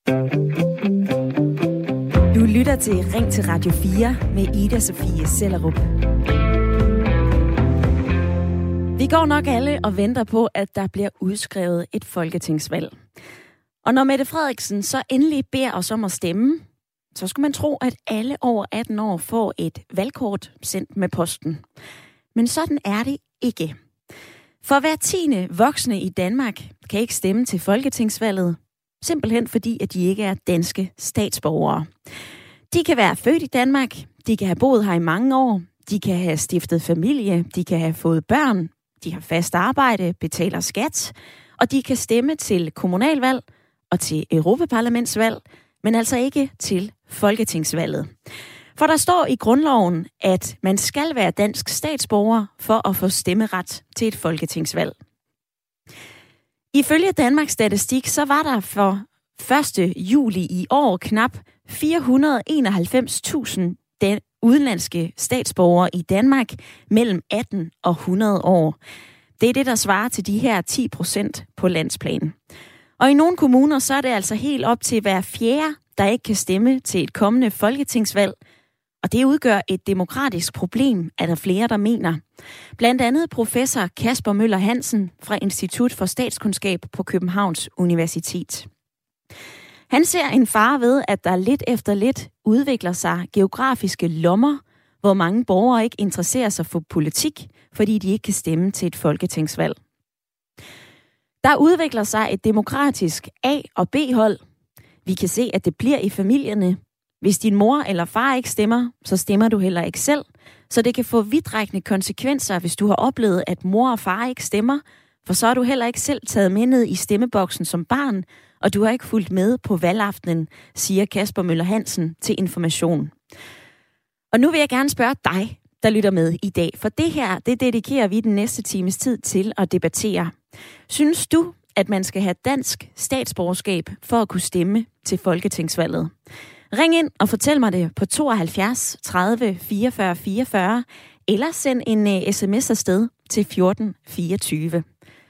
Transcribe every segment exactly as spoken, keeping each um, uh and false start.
Du lytter til Ring til Radio fire med Ida Sofie Sellerup. Vi går nok alle og venter på, at der bliver udskrevet et folketingsvalg. Og når Mette Frederiksen så endelig beder os om at stemme, så skulle man tro, at alle over atten år får et valgkort sendt med posten. Men sådan er det ikke. For hver tiende voksne i Danmark kan ikke stemme til folketingsvalget, simpelthen fordi, at de ikke er danske statsborgere. De kan være født i Danmark, de kan have boet her i mange år, de kan have stiftet familie, de kan have fået børn, de har fast arbejde, betaler skat, og de kan stemme til kommunalvalg og til Europaparlamentsvalg, men altså ikke til folketingsvalget. For der står i grundloven, at man skal være dansk statsborger for at få stemmeret til et folketingsvalg. Ifølge Danmarks Statistik, så var der for første juli i år knap fire hundrede og enoghalvfems tusind udenlandske statsborgere i Danmark mellem atten og hundrede år. Det er det, der svarer til de her ti procent på landsplan. Og i nogle kommuner, så er det altså helt op til hver fjerde, der ikke kan stemme til et kommende folketingsvalg. Og det udgør et demokratisk problem, er der flere, der mener. Blandt andet professor Kasper Møller Hansen fra Institut for Statskundskab på Københavns Universitet. Han ser en fare ved, at der lidt efter lidt udvikler sig geografiske lommer, hvor mange borgere ikke interesserer sig for politik, fordi de ikke kan stemme til et folketingsvalg. Der udvikler sig et demokratisk A- og B-hold. Vi kan se, at det bliver i familierne. Hvis din mor eller far ikke stemmer, så stemmer du heller ikke selv. Så det kan få vidtrækkende konsekvenser, hvis du har oplevet, at mor og far ikke stemmer, for så har du heller ikke selv taget med ned i stemmeboksen som barn, og du har ikke fulgt med på valgaftenen, siger Kasper Møller Hansen til Information. Og nu vil jeg gerne spørge dig, der lytter med i dag, for det her, det dedikerer vi den næste times tid til at debattere. Synes du, at man skal have dansk statsborgerskab for at kunne stemme til folketingsvalget? Ring ind og fortæl mig det på tooghalvfjerds tredive fireogfyrre fireogfyrre, eller send en uh, sms afsted til fjorten fireogtyve.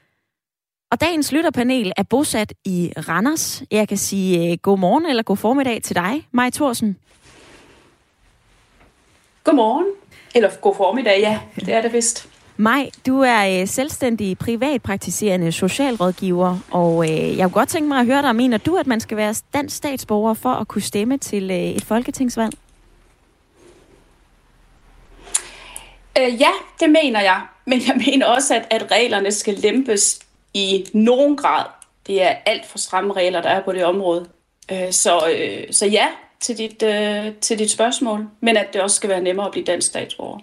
Og dagens lytterpanel er bosat i Randers. Jeg kan sige uh, god morgen eller god formiddag til dig, Maj Thorsen. Godmorgen. Eller god formiddag, ja. Det er det vist. Maj, du er øh, selvstændig privatpraktiserende socialrådgiver, og øh, jeg kunne godt tænke mig at høre dig, mener du, at man skal være dansk statsborger for at kunne stemme til øh, et folketingsvalg? Øh, ja, det mener jeg. Men jeg mener også, at, at reglerne skal lempes i nogen grad. Det er alt for stramme regler, der er på det område. Øh, så, øh, så ja, til dit, øh, til dit spørgsmål. Men at det også skal være nemmere at blive dansk statsborger.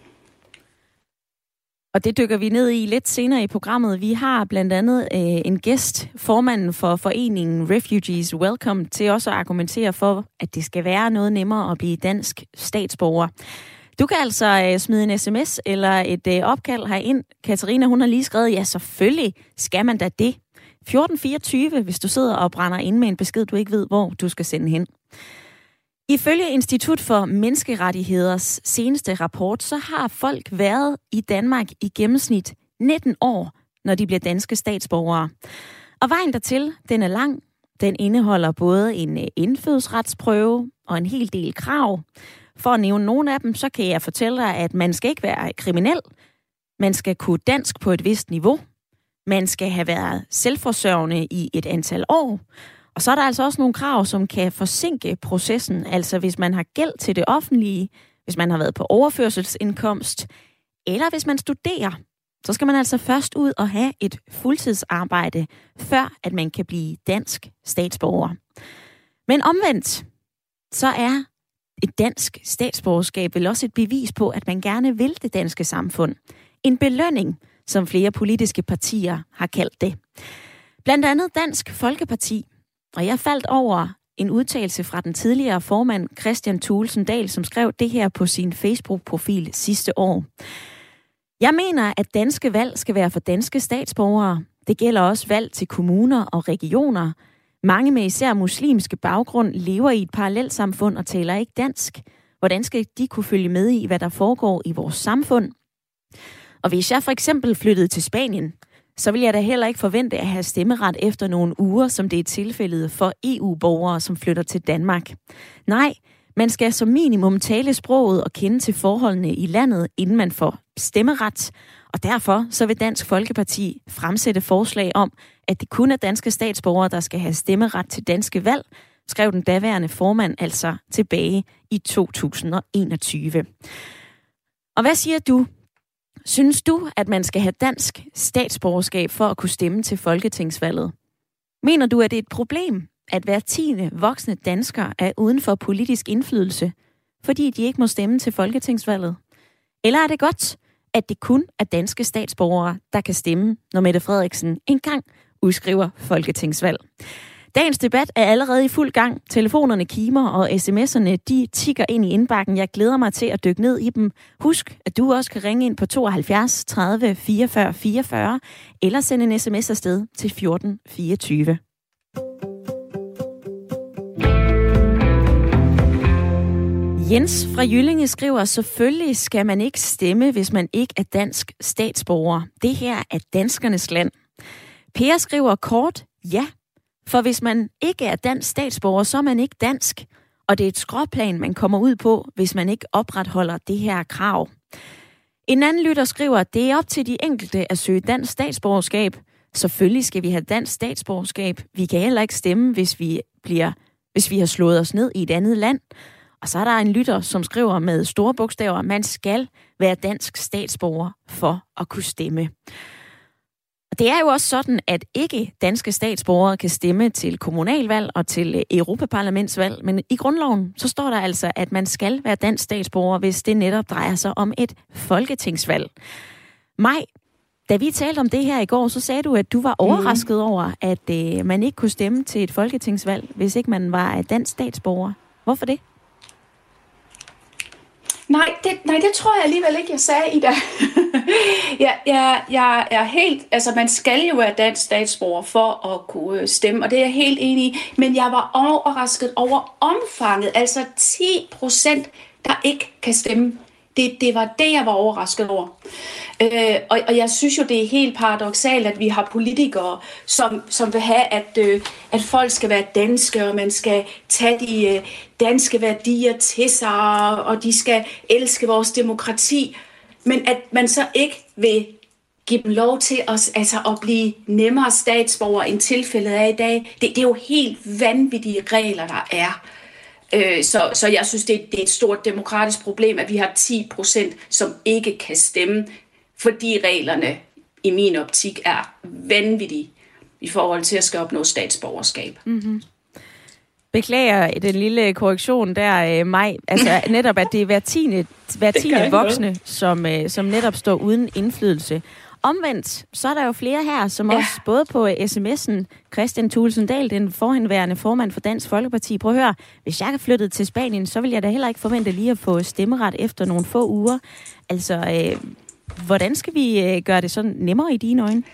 Og det dykker vi ned i lidt senere i programmet. Vi har blandt andet øh, en gæst, formanden for foreningen Refugees Welcome, til også at argumentere for, at det skal være noget nemmere at blive dansk statsborger. Du kan altså øh, smide en sms eller et øh, opkald herind. Katarina, hun har lige skrevet, ja, selvfølgelig skal man da det. fjorten fireogtyve, hvis du sidder og brænder ind med en besked, du ikke ved, hvor du skal sende hen. Ifølge Institut for Menneskerettigheders seneste rapport, så har folk været i Danmark i gennemsnit nitten år, når de bliver danske statsborgere. Og vejen dertil, den er lang. Den indeholder både en indfødsretsprøve og en hel del krav. For at nævne nogle af dem, så kan jeg fortælle dig, at man skal ikke være kriminel. Man skal kunne dansk på et vist niveau. Man skal have været selvforsørgende i et antal år. Og så er der altså også nogle krav, som kan forsinke processen. Altså hvis man har gæld til det offentlige, hvis man har været på overførselsindkomst, eller hvis man studerer, så skal man altså først ud og have et fuldtidsarbejde, før at man kan blive dansk statsborger. Men omvendt, så er et dansk statsborgerskab vel også et bevis på, at man gerne vil det danske samfund. En belønning, som flere politiske partier har kaldt det. Blandt andet Dansk Folkeparti. Og jeg faldt over en udtalelse fra den tidligere formand Kristian Thulesen Dahl, som skrev det her på sin Facebook-profil sidste år. Jeg mener, at danske valg skal være for danske statsborgere. Det gælder også valg til kommuner og regioner. Mange med især muslimske baggrund lever i et parallelsamfund og taler ikke dansk. Hvordan skal de kunne følge med i, hvad der foregår i vores samfund? Og hvis jeg for eksempel flyttede til Spanien, så vil jeg da heller ikke forvente at have stemmeret efter nogle uger, som det er tilfældet for E U-borgere, som flytter til Danmark. Nej, man skal som minimum tale sproget og kende til forholdene i landet, inden man får stemmeret. Og derfor så vil Dansk Folkeparti fremsætte forslag om, at det kun er danske statsborgere, der skal have stemmeret til danske valg, skrev den daværende formand altså tilbage i to tusind og enogtyve. Og hvad siger du? Synes du, at man skal have dansk statsborgerskab for at kunne stemme til folketingsvalget? Mener du, at det er et problem, at hver tiende voksne dansker er uden for politisk indflydelse, fordi de ikke må stemme til folketingsvalget? Eller er det godt, at det kun er danske statsborgere, der kan stemme, når Mette Frederiksen engang udskriver folketingsvalg? Dagens debat er allerede i fuld gang. Telefonerne kimer, og sms'erne de tikker ind i indbakken. Jeg glæder mig til at dykke ned i dem. Husk, at du også kan ringe ind på tooghalvfjerds tredive fireogfyrre fireogfyrre, eller sende en sms afsted til fjorten fireogtyve. Jens fra Jyllinge skriver, selvfølgelig skal man ikke stemme, hvis man ikke er dansk statsborger. Det her er danskernes land. Per skriver kort, ja. For hvis man ikke er dansk statsborger, så er man ikke dansk. Og det er et skråplan, man kommer ud på, hvis man ikke opretholder det her krav. En anden lytter skriver, at det er op til de enkelte at søge dansk statsborgerskab. Selvfølgelig skal vi have dansk statsborgerskab. Vi kan heller ikke stemme, hvis vi, bliver, hvis vi har slået os ned i et andet land. Og så er der en lytter, som skriver med store bogstaver, man skal være dansk statsborger for at kunne stemme. Det er jo også sådan, at ikke danske statsborgere kan stemme til kommunalvalg og til europaparlamentsvalg, men i grundloven så står der altså, at man skal være dansk statsborger, hvis det netop drejer sig om et folketingsvalg. Maj, da vi talte om det her i går, så sagde du, at du var overrasket over, at øh, man ikke kunne stemme til et folketingsvalg, hvis ikke man var dansk statsborger. Hvorfor det? Nej, det, nej, det tror jeg alligevel ikke, jeg sagde i dag. jeg, jeg, jeg er helt, altså man skal jo være dansk statsborger for at kunne stemme, og det er jeg helt enig i. Men jeg var overrasket over omfanget, altså ti procent, der ikke kan stemme. Det, det var det, jeg var overrasket over. Øh, og, og jeg synes jo, det er helt paradoksalt, at vi har politikere, som, som vil have, at, øh, at folk skal være danske, og man skal tage de øh, danske værdier til sig, og de skal elske vores demokrati. Men at man så ikke vil give dem lov til os, altså at blive nemmere statsborger, end tilfældet er i dag. Det, det er jo helt vanvittige regler, der er. Så, så jeg synes, det er, det er et stort demokratisk problem, at vi har ti procent, som ikke kan stemme, fordi reglerne i min optik er vanvittige i forhold til at skal opnå statsborgerskab. Mm-hmm. Beklager den lille korrektion der, Maj. Altså netop, at det er hver tiende, hver tiende voksne, som, som netop står uden indflydelse. Omvendt, så er der jo flere her, som ja. også både på sms'en, Christian Thulesen Dahl, den forhenværende formand for Dansk Folkeparti, prøv at høre, hvis jeg er flyttet til Spanien, så vil jeg da heller ikke forvente lige at få stemmeret efter nogle få uger. Altså, øh, hvordan skal vi øh, gøre det sådan nemmere i dine øjne?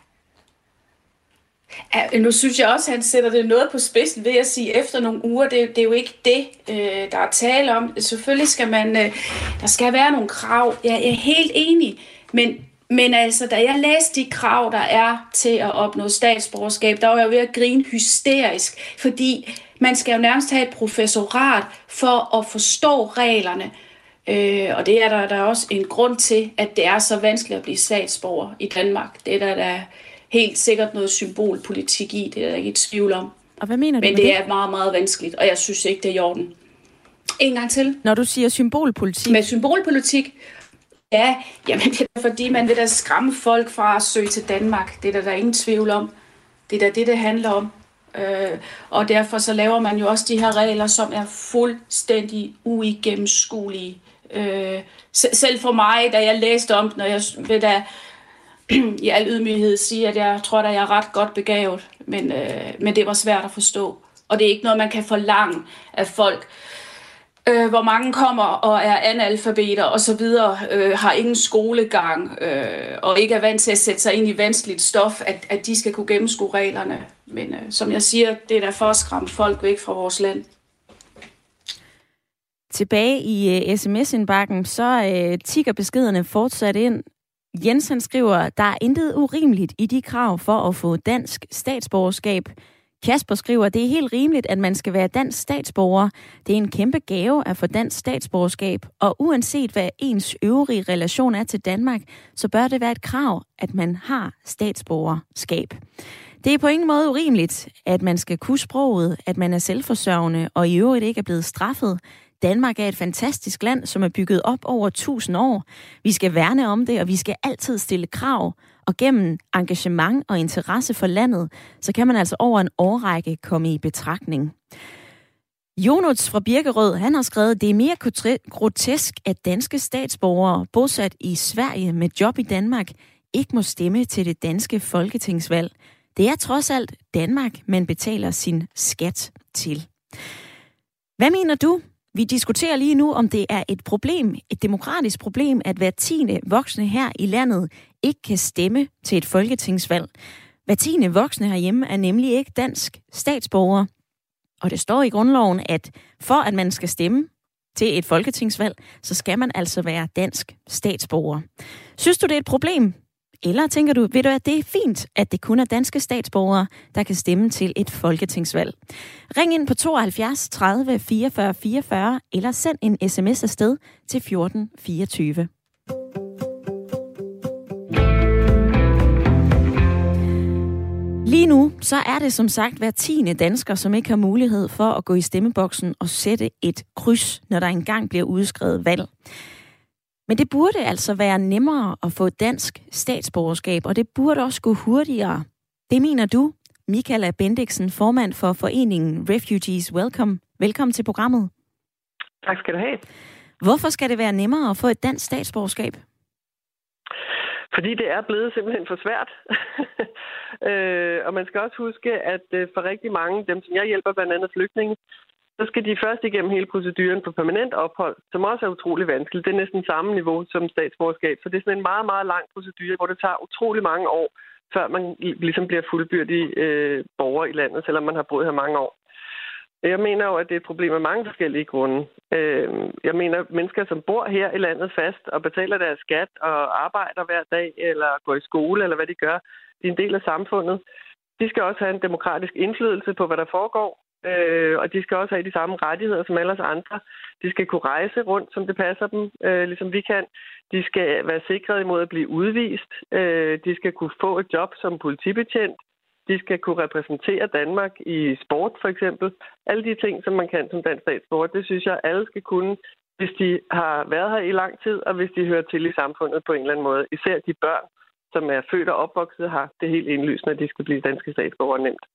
Ja, nu synes jeg også, at han sætter det noget på spidsen ved at sige, efter nogle uger, det, det er jo ikke det, øh, der er tale om. Selvfølgelig skal man, øh, der skal være nogle krav. Jeg er helt enig, men Men altså, da jeg læste de krav, der er til at opnå statsborgerskab, der var jeg ved at grine hysterisk, fordi man skal jo nærmest have et professorat for at forstå reglerne. Øh, og det er der, der er også en grund til, at det er så vanskeligt at blive statsborger i Danmark. Det er der, der er helt sikkert noget symbolpolitik i, det er der ikke et tvivl om. Og hvad mener du Men med det det? er meget, meget vanskeligt, og jeg synes ikke, det er i orden. En gang til. Når du siger symbolpolitik? Med symbolpolitik... Ja, jamen det er fordi, man vil da skræmme folk fra at søge til Danmark. Det er der, der er ingen tvivl om. Det er da det, det handler om. Øh, og derfor så laver man jo også de her regler, som er fuldstændig uigennemskuelige. Øh, selv for mig, da jeg læste om det, når jeg vil da i al ydmyghed sige, at jeg tror, at jeg er ret godt begavet. Men, øh, men det var svært at forstå. Og det er ikke noget, man kan forlange af folk. Øh, hvor mange kommer og er analfabeter og så videre, øh, har ingen skolegang øh, og ikke er vant til at sætte sig ind i vanskeligt stof, at, at de skal kunne gennemskue reglerne. Men øh, som jeg siger, det er der for at skræmme folk væk fra vores land. Tilbage i uh, sms-indbakken, så uh, tigger beskederne fortsat ind. Jens han skriver, der er intet urimeligt i de krav for at få dansk statsborgerskab. Kasper skriver, det er helt rimeligt, at man skal være dansk statsborger. Det er en kæmpe gave at få dansk statsborgerskab, og uanset hvad ens øvrige relation er til Danmark, så bør det være et krav, at man har statsborgerskab. Det er på ingen måde urimeligt, at man skal kunne sproget, at man er selvforsørgende og i øvrigt ikke er blevet straffet. Danmark er et fantastisk land, som er bygget op over tusind år. Vi skal værne om det, og vi skal altid stille krav. Og gennem engagement og interesse for landet, så kan man altså over en årrække komme i betragtning. Jonuts fra Birkerød, han har skrevet, det er mere grotesk, at danske statsborgere bosat i Sverige med job i Danmark ikke må stemme til det danske folketingsvalg. Det er trods alt Danmark, man betaler sin skat til. Hvad mener du? Vi diskuterer lige nu, om det er et problem, et demokratisk problem, at hver tiende voksne her i landet ikke kan stemme til et folketingsvalg. Hver tiende voksne herhjemme er nemlig ikke dansk statsborger. Og det står i grundloven, at for at man skal stemme til et folketingsvalg, så skal man altså være dansk statsborger. Synes du, det er et problem? Eller tænker du, ved du, at det er fint, at det kun er danske statsborgere, der kan stemme til et folketingsvalg? Ring ind på tooghalvfjerds tredive fireogfyrre fireogfyrre, eller send en sms afsted til fjorten fireogtyve. Lige nu, så er det som sagt hver tiende dansker, som ikke har mulighed for at gå i stemmeboksen og sætte et kryds, når der engang bliver udskrevet valg. Men det burde altså være nemmere at få dansk statsborgerskab, og det burde også gå hurtigere. Det mener du, Michaela Bendiksen, formand for foreningen Refugees Welcome. Velkommen til programmet. Tak skal du have. Hvorfor skal det være nemmere at få et dansk statsborgerskab? Fordi det er blevet simpelthen for svært. øh, og man skal også huske, at for rigtig mange, dem som jeg hjælper, blandt andet flygtninge, så skal de først igennem hele proceduren på permanent ophold, som også er utrolig vanskeligt. Det er næsten samme niveau som statsborgerskab. Så det er sådan en meget, meget lang procedure, hvor det tager utrolig mange år, før man ligesom bliver fuldbyrdig øh, borger i landet, selvom man har boet her mange år. Jeg mener jo, at det er et problem af mange forskellige grunde. Øh, jeg mener, at mennesker, som bor her i landet fast og betaler deres skat og arbejder hver dag, eller går i skole, eller hvad de gør, de er en del af samfundet. De skal også have en demokratisk indflydelse på, hvad der foregår. Øh, og de skal også have de samme rettigheder som alle os andre. De skal kunne rejse rundt, som det passer dem, øh, ligesom vi kan. De skal være sikret imod at blive udvist. Øh, de skal kunne få et job som politibetjent. De skal kunne repræsentere Danmark i sport, for eksempel. Alle de ting, som man kan som dansk statsborger, det synes jeg, alle skal kunne, hvis de har været her i lang tid, og hvis de hører til i samfundet på en eller anden måde. Især de børn, som er født og opvokset her. Det er helt indlysende, at de skal blive danske statsborgere nemt.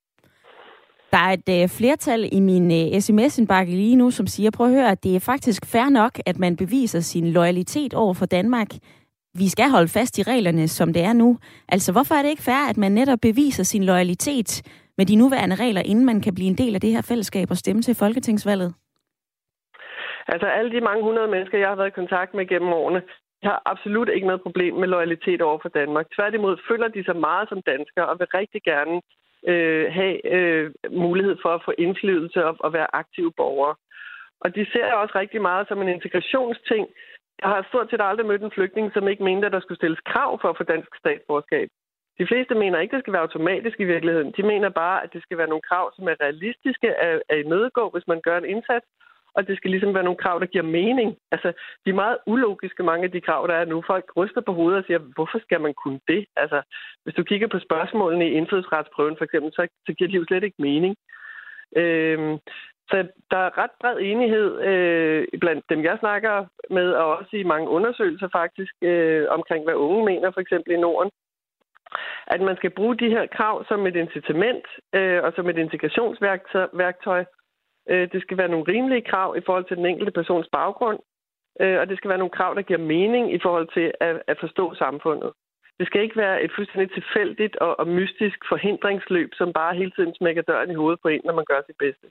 Der er et øh, flertal i min øh, sms-indbakke lige nu, som siger, prøv at høre, at det er faktisk fair nok, at man beviser sin loyalitet over for Danmark. Vi skal holde fast i reglerne, som det er nu. Altså, hvorfor er det ikke fair, at man netop beviser sin loyalitet med de nuværende regler, inden man kan blive en del af det her fællesskab og stemme til folketingsvalget? Altså, alle de mange hundrede mennesker, jeg har været i kontakt med gennem årene, har absolut ikke noget problem med loyalitet over for Danmark. Tværtimod føler de sig meget som danskere og vil rigtig gerne Øh, have øh, mulighed for at få indflydelse og, og være aktive borgere. Og de ser også rigtig meget som en integrationsting. Jeg har stort set aldrig mødt en flygtning, som ikke mente, at der skulle stilles krav for at få dansk statsborgerskab. De fleste mener ikke, at det skal være automatisk i virkeligheden. De mener bare, at det skal være nogle krav, som er realistiske at, at imødegå, hvis man gør en indsats. Og det skal ligesom være nogle krav, der giver mening. Altså, de er meget ulogiske, mange af de krav, der er nu. Folk ryster på hovedet og siger, hvorfor skal man kunne det? Altså, hvis du kigger på spørgsmålene i indfødsretsprøven for eksempel, så, så giver de jo slet ikke mening. Øhm, så der er ret bred enighed øh, blandt dem, jeg snakker med, og også i mange undersøgelser faktisk, øh, omkring hvad unge mener, for eksempel i Norden, at man skal bruge de her krav som et incitament øh, og som et integrationsværktøj. Det skal være nogle rimelige krav i forhold til den enkelte persons baggrund, og det skal være nogle krav, der giver mening i forhold til at, at forstå samfundet. Det skal ikke være et fuldstændig tilfældigt og, og mystisk forhindringsløb, som bare hele tiden smækker døren i hovedet på en, når man gør sit bedste.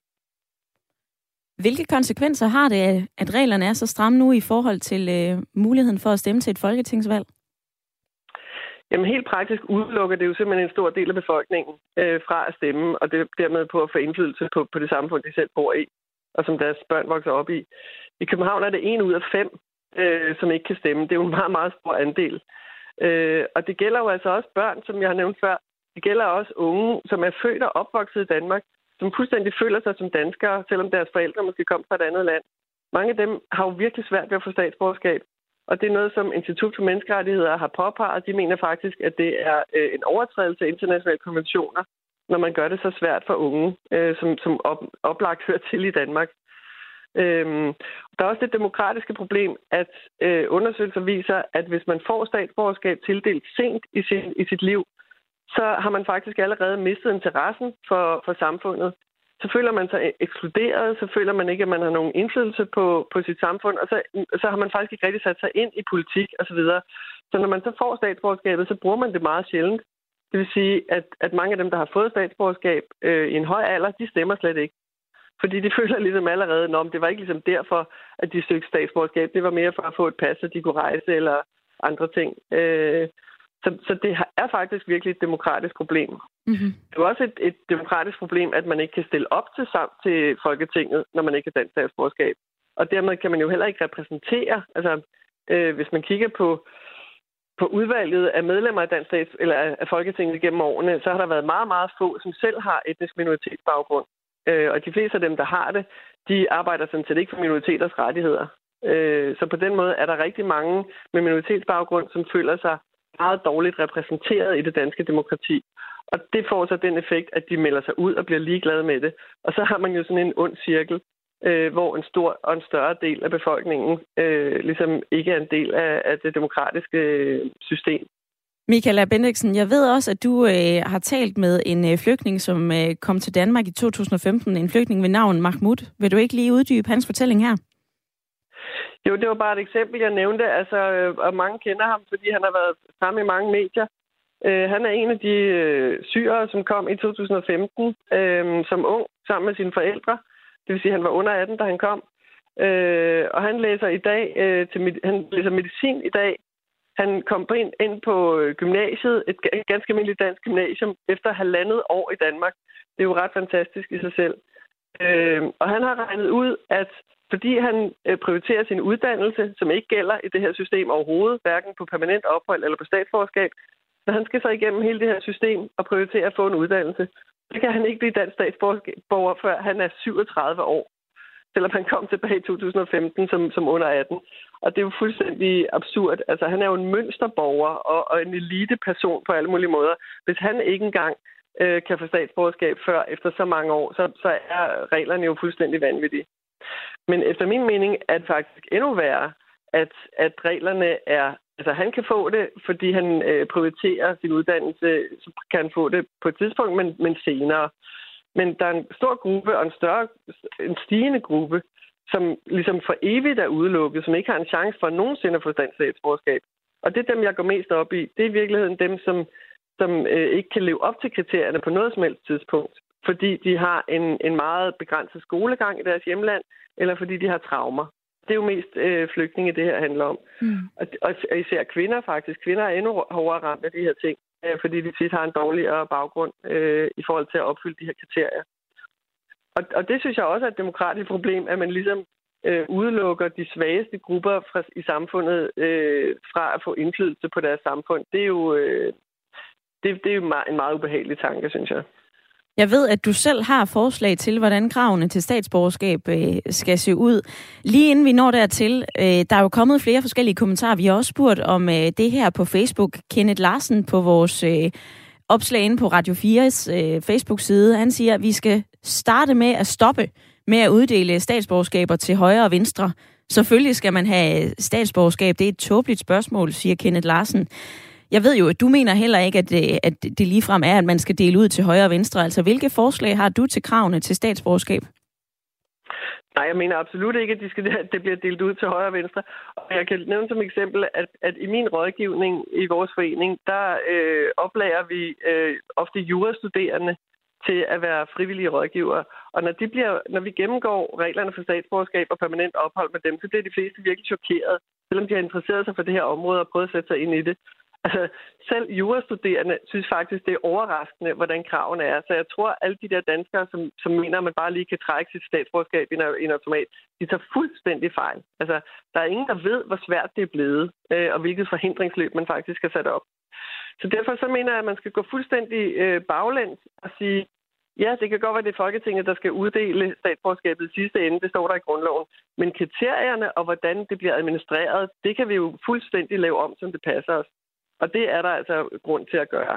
Hvilke konsekvenser har det, at reglerne er så stramme nu i forhold til øh, muligheden for at stemme til et folketingsvalg? Jamen helt praktisk udelukker det jo simpelthen en stor del af befolkningen øh, fra at stemme, og det dermed på at få indflydelse på, på det samfund, de selv bor i, og som deres børn vokser op i. I København er det en ud af fem, øh, som ikke kan stemme. Det er jo en meget, meget stor andel. Øh, og det gælder jo altså også børn, som jeg har nævnt før. Det gælder også unge, som er født og opvokset i Danmark, som fuldstændig føler sig som danskere, selvom deres forældre måske kom fra et andet land. Mange af dem har jo virkelig svært ved at få statsborgerskab. Og det er noget, som Institut for Menneskerettigheder har påpeget. De mener faktisk, at det er øh, en overtrædelse af internationale konventioner, når man gør det så svært for unge, øh, som, som op, oplagt hører til i Danmark. Øhm, der er også det demokratiske problem, at øh, undersøgelser viser, at hvis man får statsborgerskab tildelt sent i, sin, i sit liv, så har man faktisk allerede mistet interessen for, for samfundet. Så føler man sig ekskluderet, så føler man ikke, at man har nogen indflydelse på, på sit samfund, og så, så har man faktisk ikke rigtig sat sig ind i politik osv. Så, så når man så får statsborgerskabet, så bruger man det meget sjældent. Det vil sige, at, at mange af dem, der har fået statsborgerskab øh, i en høj alder, de stemmer slet ikke. Fordi de føler ligesom allerede, at det var ikke ligesom derfor, at de søgte statsborgerskab. Det var mere for at få et pas, så de kunne rejse eller andre ting. Øh, så, så det er faktisk virkelig et demokratisk problem. Mm-hmm. Det er også et, et demokratisk problem, at man ikke kan stille op til, til Folketinget, når man ikke har dansk statsborgerskab. Og dermed kan man jo heller ikke repræsentere. Altså, øh, hvis man kigger på, på udvalget af medlemmer af, dansk stats, eller af Folketinget gennem årene, så har der været meget, meget få, som selv har etnisk minoritetsbaggrund. Øh, og de fleste af dem, der har det, de arbejder sådan set ikke for minoriteters rettigheder. Øh, så på den måde er der rigtig mange med minoritetsbaggrund, som føler sig meget dårligt repræsenteret i det danske demokrati. Og det får så den effekt, at de melder sig ud og bliver ligeglade med det. Og så har man jo sådan en ond cirkel, øh, hvor en stor og en større del af befolkningen øh, ligesom ikke er en del af, af det demokratiske system. Michaela Bendixen, jeg ved også, at du øh, har talt med en øh, flygtning, som øh, kom til Danmark i to tusind og femten. En flygtning ved navn Mahmoud. Vil du ikke lige uddybe hans fortælling her? Jo, det var bare et eksempel, jeg nævnte. Altså, øh, og mange kender ham, fordi han har været fremme i mange medier. Øh, han er en af de øh, syrere, som kom i to tusind og femten øh, som ung, sammen med sine forældre. Det vil sige, at han var under atten, da han kom. Øh, og han læser i dag øh, til han læser medicin i dag. Han kom ind, ind på gymnasiet, et ganske almindeligt dansk gymnasium, efter halvandet år i Danmark. Det er jo ret fantastisk i sig selv. Øh, og han har regnet ud, at fordi han øh, prioriterer sin uddannelse, som ikke gælder i det her system overhovedet, hverken på permanent ophold eller på statsborgerskab, når han skal så igennem hele det her system og prioritere at få en uddannelse, så kan han ikke blive dansk statsborger, før han er syvogtredive år. Selvom han kom tilbage i to tusind og femten som, som under atten. Og det er jo fuldstændig absurd. Altså, han er jo en mønsterborger og, og en eliteperson på alle mulige måder. Hvis han ikke engang øh, kan få statsborgerskab før efter så mange år, så, så er reglerne jo fuldstændig vanvittige. Men efter min mening er det faktisk endnu værre, at, at reglerne er... Altså, han kan få det, fordi han øh, prioriterer sin uddannelse, så kan han få det på et tidspunkt, men, men senere. Men der er en stor gruppe og en større, en stigende gruppe, som ligesom for evigt er udelukket, som ikke har en chance for nogensinde at få dansk statsborgerskab. Og det er dem, jeg går mest op i. Det er i virkeligheden dem, som, som øh, ikke kan leve op til kriterierne på noget som helst tidspunkt. Fordi de har en, en meget begrænset skolegang i deres hjemland, eller fordi de har traumer. Det er jo mest øh, flygtninge, det her handler om. Mm. Og, og især kvinder faktisk. Kvinder er endnu hårdere ramt af de her ting, øh, fordi de tit har en dårligere baggrund øh, i forhold til at opfylde de her kriterier. Og, og det synes jeg også er et demokratisk problem, at man ligesom øh, udelukker de svageste grupper fra, i samfundet øh, fra at få indflydelse på deres samfund. Det er jo, øh, det, det er jo en meget ubehagelig tanke, synes jeg. Jeg ved, at du selv har forslag til, hvordan kravene til statsborgerskab øh, skal se ud. Lige inden vi når dertil, øh, der er jo kommet flere forskellige kommentarer. Vi har også spurgt om øh, det her på Facebook. Kenneth Larsen på vores øh, opslag inde på Radio fires øh, Facebook-side, han siger, at vi skal starte med at stoppe med at uddele statsborgerskaber til højre og venstre. Selvfølgelig skal man have statsborgerskab. Det er et tåbeligt spørgsmål, siger Kenneth Larsen. Jeg ved jo, at du mener heller ikke, at det, at det ligefrem er, at man skal dele ud til højre og venstre. Altså, hvilke forslag har du til kravene til statsborgerskab? Nej, jeg mener absolut ikke, at de skal, at det bliver delt ud til højre og venstre. Og jeg kan nævne som eksempel, at, at i min rådgivning i vores forening, der øh, oplærer vi øh, ofte jurastuderende til at være frivillige rådgivere. Og når, de bliver, når vi gennemgår reglerne for statsborgerskab og permanent ophold med dem, så bliver de fleste virkelig chokeret, selvom de har interesseret sig for det her område og prøvet at sætte sig ind i det. Altså, selv jurastuderende synes faktisk, det er overraskende, hvordan kravene er. Så jeg tror, at alle de der danskere, som, som mener, at man bare lige kan trække sit statsborgerskab i en automat, de tager fuldstændig fejl. Altså, der er ingen, der ved, hvor svært det er blevet, øh, og hvilket forhindringsløb man faktisk skal sætte op. Så derfor så mener jeg, at man skal gå fuldstændig øh, baglæns og sige, ja, det kan godt være, det er Folketinget, der skal uddele statsborgerskabet i sidste ende, det står der i grundloven. Men kriterierne og hvordan det bliver administreret, det kan vi jo fuldstændig lave om, som det passer os. Og det er der altså grund til at gøre.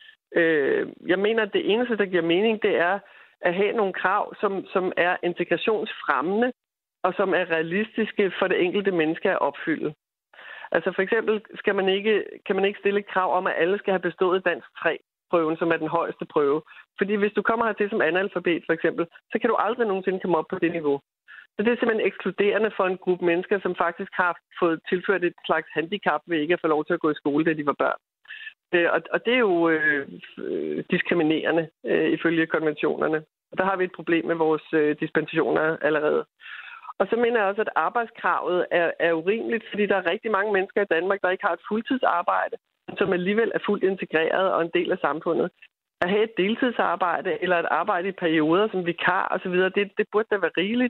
Øh, jeg mener, at det eneste, der giver mening, det er at have nogle krav, som, som er integrationsfremmende, og som er realistiske for det enkelte menneske at opfylde. Altså for eksempel skal man ikke, kan man ikke stille et krav om, at alle skal have bestået dansk tre-prøven, som er den højeste prøve. Fordi hvis du kommer hertil som analfabet for eksempel, så kan du aldrig nogensinde komme op på det niveau. Så det er simpelthen ekskluderende for en gruppe mennesker, som faktisk har fået tilført et slags handicap ved ikke at få lov til at gå i skole, da de var børn. Og, og det er jo øh, diskriminerende øh, ifølge konventionerne. Og der har vi et problem med vores øh, dispensationer allerede. Og så mener jeg også, at arbejdskravet er, er urimeligt, fordi der er rigtig mange mennesker i Danmark, der ikke har et fuldtidsarbejde, som alligevel er fuldt integreret og en del af samfundet. At have et deltidsarbejde eller et arbejde i perioder som vikar osv., det, det burde da være rigeligt.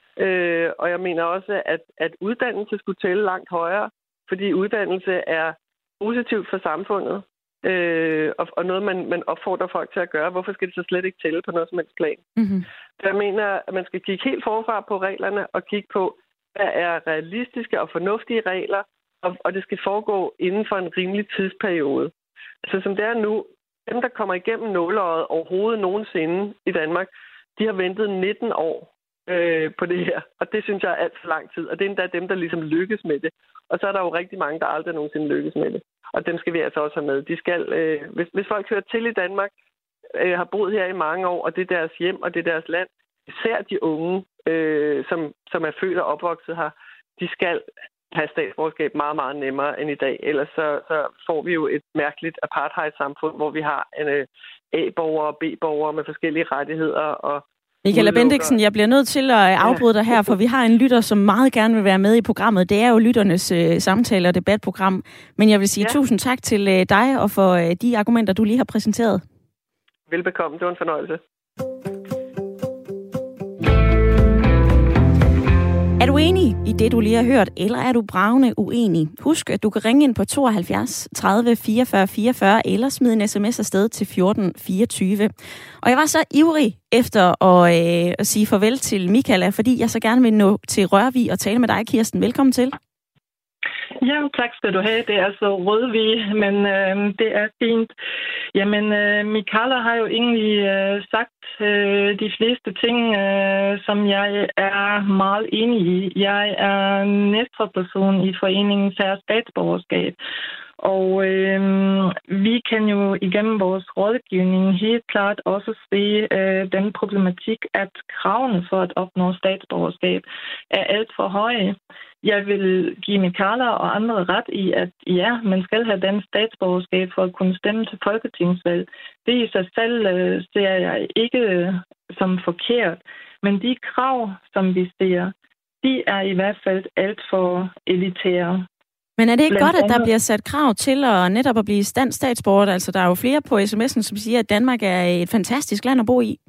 Øh, og jeg mener også, at, at uddannelse skulle tælle langt højere, fordi uddannelse er positivt for samfundet, øh, og, og noget, man, man opfordrer folk til at gøre. Hvorfor skal det så slet ikke tælle på noget som helst plan? Mm-hmm. Så jeg mener, at man skal kigge helt forfra på reglerne og kigge på, hvad er realistiske og fornuftige regler, og, og det skal foregå inden for en rimelig tidsperiode. Altså som det er nu, dem, der kommer igennem nåleøjet overhovedet nogensinde i Danmark, de har ventet nitten år øh, på det her. Og det synes jeg er alt for lang tid. Og det er endda dem, der ligesom lykkes med det. Og så er der jo rigtig mange, der aldrig nogensinde lykkes med det. Og dem skal vi altså også have med. De skal, øh, hvis, hvis folk hører til i Danmark, øh, har boet her i mange år, og det er deres hjem, og det er deres land, især de unge, øh, som, som er født og opvokset her, de skal have statsborgerskab meget, meget nemmere end i dag. Ellers så, så får vi jo et mærkeligt apartheid-samfund, hvor vi har en øh, A-borgere og B-borgere med forskellige rettigheder. Og Michaela Bendiksen, jeg bliver nødt til at afbryde dig her, for vi har en lytter, som meget gerne vil være med i programmet. Det er jo lytternes øh, samtale- og debatprogram. Men jeg vil sige ja. tusind tak til øh, dig og for øh, de argumenter, du lige har præsenteret. Velbekomme, det var en fornøjelse. Er du enig i det, du lige har hørt, eller er du bragende uenig? Husk, at du kan ringe ind på tooghalvfjerds tredive fireogfyrre fireogfyrre eller smide en sms afsted til fjorten fireogtyve. Og jeg var så ivrig efter at, øh, at sige farvel til Michaela, fordi jeg så gerne vil nå til Rørvig og tale med dig, Kirsten. Velkommen til. Ja, tak skal du have. Det er altså Rødvig, men øh, det er fint. Jamen, øh, Michaela har jo egentlig øh, sagt øh, de fleste ting, øh, som jeg er meget enig i. Jeg er næstforperson i foreningen Færre Statsborgerskab. Og øh, vi kan jo igennem vores rådgivning helt klart også se øh, den problematik, at kravene for at opnå statsborgerskab er alt for høje. Jeg vil give Michaela og andre ret i, at ja, man skal have den statsborgerskab for at kunne stemme til folketingsvalg. Det i sig selv øh, ser jeg ikke øh, som forkert. Men de krav, som vi ser, de er i hvert fald alt for elitære. Men er det ikke Blandt godt, at der bliver sat krav til at netop at blive dansk statsborger? Altså, der er jo flere på sms'en, som siger, at Danmark er et fantastisk land at bo i.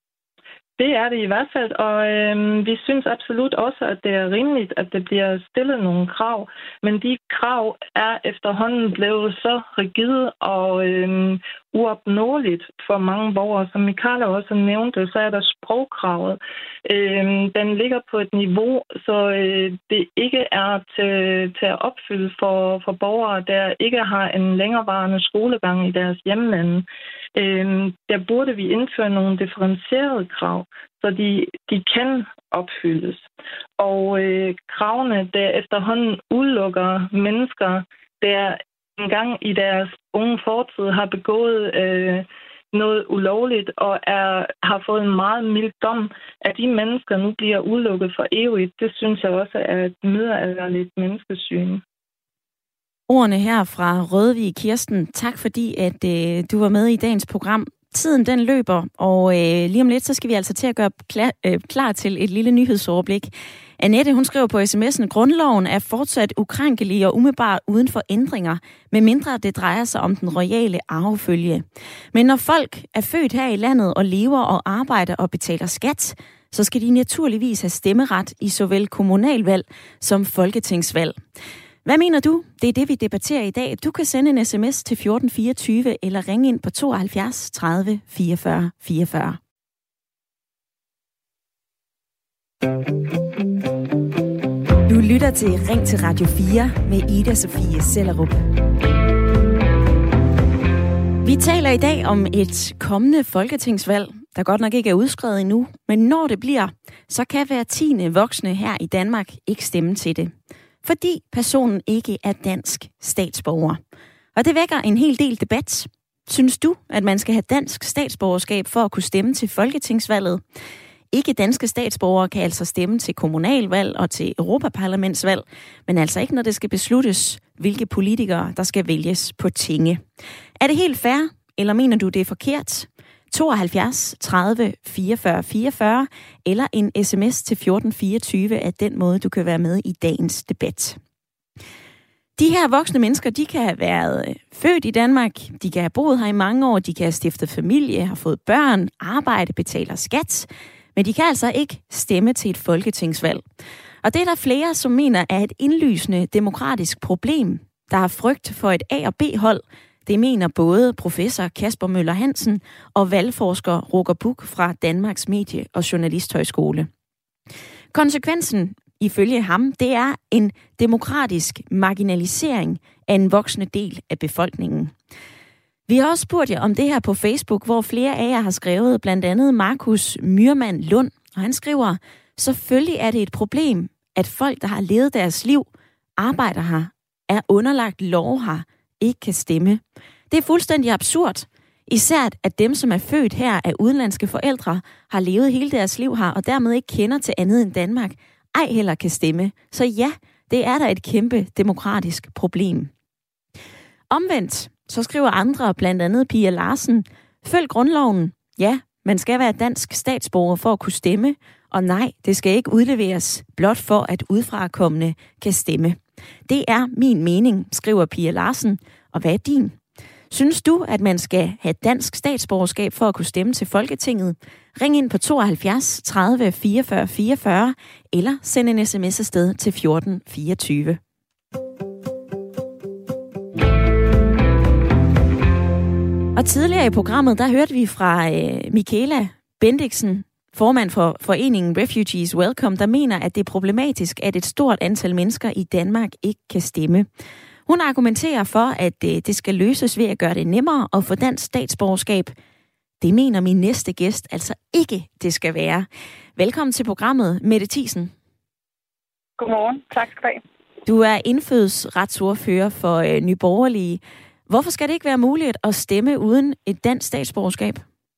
Det er det i hvert fald, og øh, vi synes absolut også, at det er rimeligt, at det bliver stillet nogle krav. Men de krav er efterhånden blevet så rigide og øh, uopnåeligt for mange borgere. Som Michaela også nævnte, så er der sprogkravet. Øh, den ligger på et niveau, så øh, det ikke er til, til at opfylde for, for borgere, der ikke har en længerevarende skolegang i deres hjemlande. Øh, der burde vi indføre nogle differentierede krav, så de, de kan opfyldes. Og øh, kravene, der efterhånden udelukker mennesker, der engang i deres unge fortid har begået øh, noget ulovligt og er, har fået en meget mild dom, at de mennesker nu bliver udelukket for evigt, det synes jeg også er et middelalderligt menneskesyn. Ordene her fra Rødvig. Kirsten, tak fordi at øh, du var med i dagens program. Tiden den løber, og øh, lige om lidt, så skal vi altså til at gøre klar, øh, klar til et lille nyhedsoverblik. Annette, hun skriver på sms'en, grundloven er fortsat ukrænkelig og umiddelbart uden for ændringer, medmindre det drejer sig om den royale arvefølge. Men når folk er født her i landet og lever og arbejder og betaler skat, så skal de naturligvis have stemmeret i såvel kommunalvalg som folketingsvalg. Hvad mener du? Det er det, vi debatterer i dag. Du kan sende en sms til fjorten fireogtyve eller ringe ind på tooghalvfjerds tredive fireogfyrre fireogfyrre. Du lytter til Ring til Radio fire med Ida Sofie Sellerup. Vi taler i dag om et kommende folketingsvalg, der godt nok ikke er udskrevet endnu, men når det bliver, så kan hver tiende voksne her i Danmark ikke stemme til det, fordi personen ikke er dansk statsborger. Og det vækker en hel del debat. Synes du, at man skal have dansk statsborgerskab for at kunne stemme til folketingsvalget? Ikke danske statsborgere kan altså stemme til kommunalvalg og til europaparlamentsvalg, men altså ikke, når det skal besluttes, hvilke politikere, der skal vælges på tinge. Er det helt fair, eller mener du, det er forkert? tooghalvfjerds tredive fireogfyrre fireogfyrre eller en sms til fjorten fireogtyve er den måde, du kan være med i dagens debat. De her voksne mennesker, de kan have været født i Danmark, de kan have boet her i mange år, de kan have stiftet familie, har fået børn, arbejde, betaler skat, men de kan altså ikke stemme til et folketingsvalg. Og det er der flere, som mener er et indlysende demokratisk problem. Der er frygt for et A- og B-hold. Det mener både professor Kasper Møller Hansen og valgforsker Roger Buch fra Danmarks Medie- og Journalisthøjskole. Konsekvensen, ifølge ham, det er en demokratisk marginalisering af en voksende del af befolkningen. Vi har også spurgt jer om det her på Facebook, hvor flere af jer har skrevet, blandt andet Markus Myrmand Lund, og han skriver, selvfølgelig er det et problem, at folk, der har levet deres liv, arbejder her, er underlagt lov her, ikke kan stemme. Det er fuldstændig absurd. Især at dem, som er født her af udenlandske forældre, har levet hele deres liv her, og dermed ikke kender til andet end Danmark, ej heller kan stemme. Så ja, det er da et kæmpe demokratisk problem. Omvendt, så skriver andre, blandt andet Pia Larsen, følg grundloven. Ja, man skal være dansk statsborger for at kunne stemme, og nej, det skal ikke udleveres blot for, at udefrakommende kan stemme. Det er min mening, skriver Pia Larsen. Og hvad er din? Synes du, at man skal have dansk statsborgerskab for at kunne stemme til Folketinget? Ring ind på tooghalvfjerds tredive fireogfyrre fireogfyrre eller send en sms afsted til fjorten fireogtyve. Og tidligere i programmet, der hørte vi fra øh, Michaela Bendiksen, formand for foreningen Refugees Welcome, der mener, at det er problematisk, at et stort antal mennesker i Danmark ikke kan stemme. Hun argumenterer for, at det skal løses ved at gøre det nemmere at få dansk statsborgerskab. Det mener min næste gæst altså ikke, det skal være. Velkommen til programmet, Mette Thiesen. Godmorgen. Tak skal du have. Du er indfødsretsordfører for øh, Nye Borgerlige. Hvorfor skal det ikke være muligt at stemme uden et dansk statsborgerskab?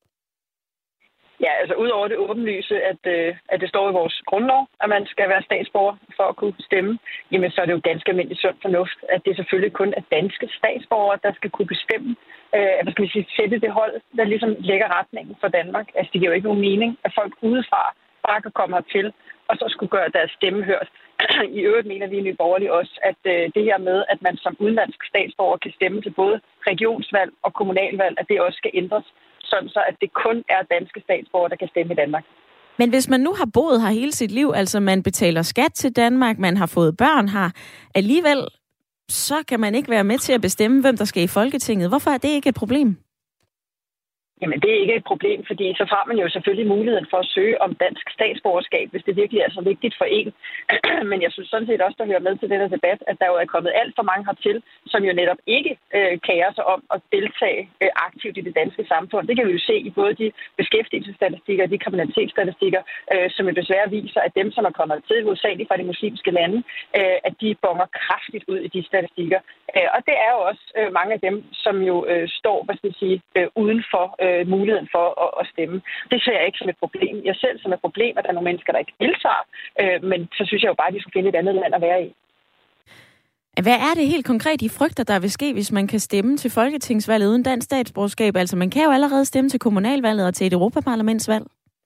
Ja, altså udover det åbenlyse, at, øh, at det står i vores grundlov, at man skal være statsborger for at kunne stemme, jamen så er det jo ganske almindelig sund fornuft, at det selvfølgelig kun er danske statsborgere, der skal kunne bestemme, øh, hvad skal vi sige, sætte det hold, der ligesom lægger retningen for Danmark. Altså det giver jo ikke nogen mening, at folk udefra bare kan komme hertil, og så skulle gøre deres stemme hørt. I øvrigt mener vi i Nye Borgerlige også, at øh, det her med, at man som udenlandsk statsborger kan stemme til både regionsvalg og kommunalvalg, at det også skal ændres, sådan så at det kun er danske statsborgere, der kan stemme i Danmark. Men hvis man nu har boet her hele sit liv, altså man betaler skat til Danmark, man har fået børn her, alligevel så kan man ikke være med til at bestemme, hvem der skal i Folketinget. Hvorfor er det ikke et problem? Jamen, det er ikke et problem, fordi så har man jo selvfølgelig muligheden for at søge om dansk statsborgerskab, hvis det virkelig er så vigtigt for en. Men jeg synes sådan set også, der hører med til denne debat, at der jo er kommet alt for mange hertil, som jo netop ikke øh, kærer sig om at deltage øh, aktivt i det danske samfund. Det kan vi jo se i både de beskæftigelsesstatistikker og de kriminalitetsstatistikker, øh, som jo desværre viser, at dem, som er kommet til hovedsageligt fra de muslimske lande, øh, at de bonger kraftigt ud i de statistikker. Øh, og det er jo også øh, mange af dem, som jo øh, står, hvad skal jeg sige, øh, uden for øh, muligheden for at, at stemme. Det ser jeg ikke som et problem. Jeg selv som et problem, at der er nogle mennesker, der ikke deltager, øh, men så synes jeg jo bare, at de skulle finde et andet land at være i. Hvad er det helt konkret, I frygter, der vil ske, hvis man kan stemme til folketingsvalget uden dansk statsborgerskab? Altså, man kan jo allerede stemme til kommunalvalget og til et europaparlamentsvalg.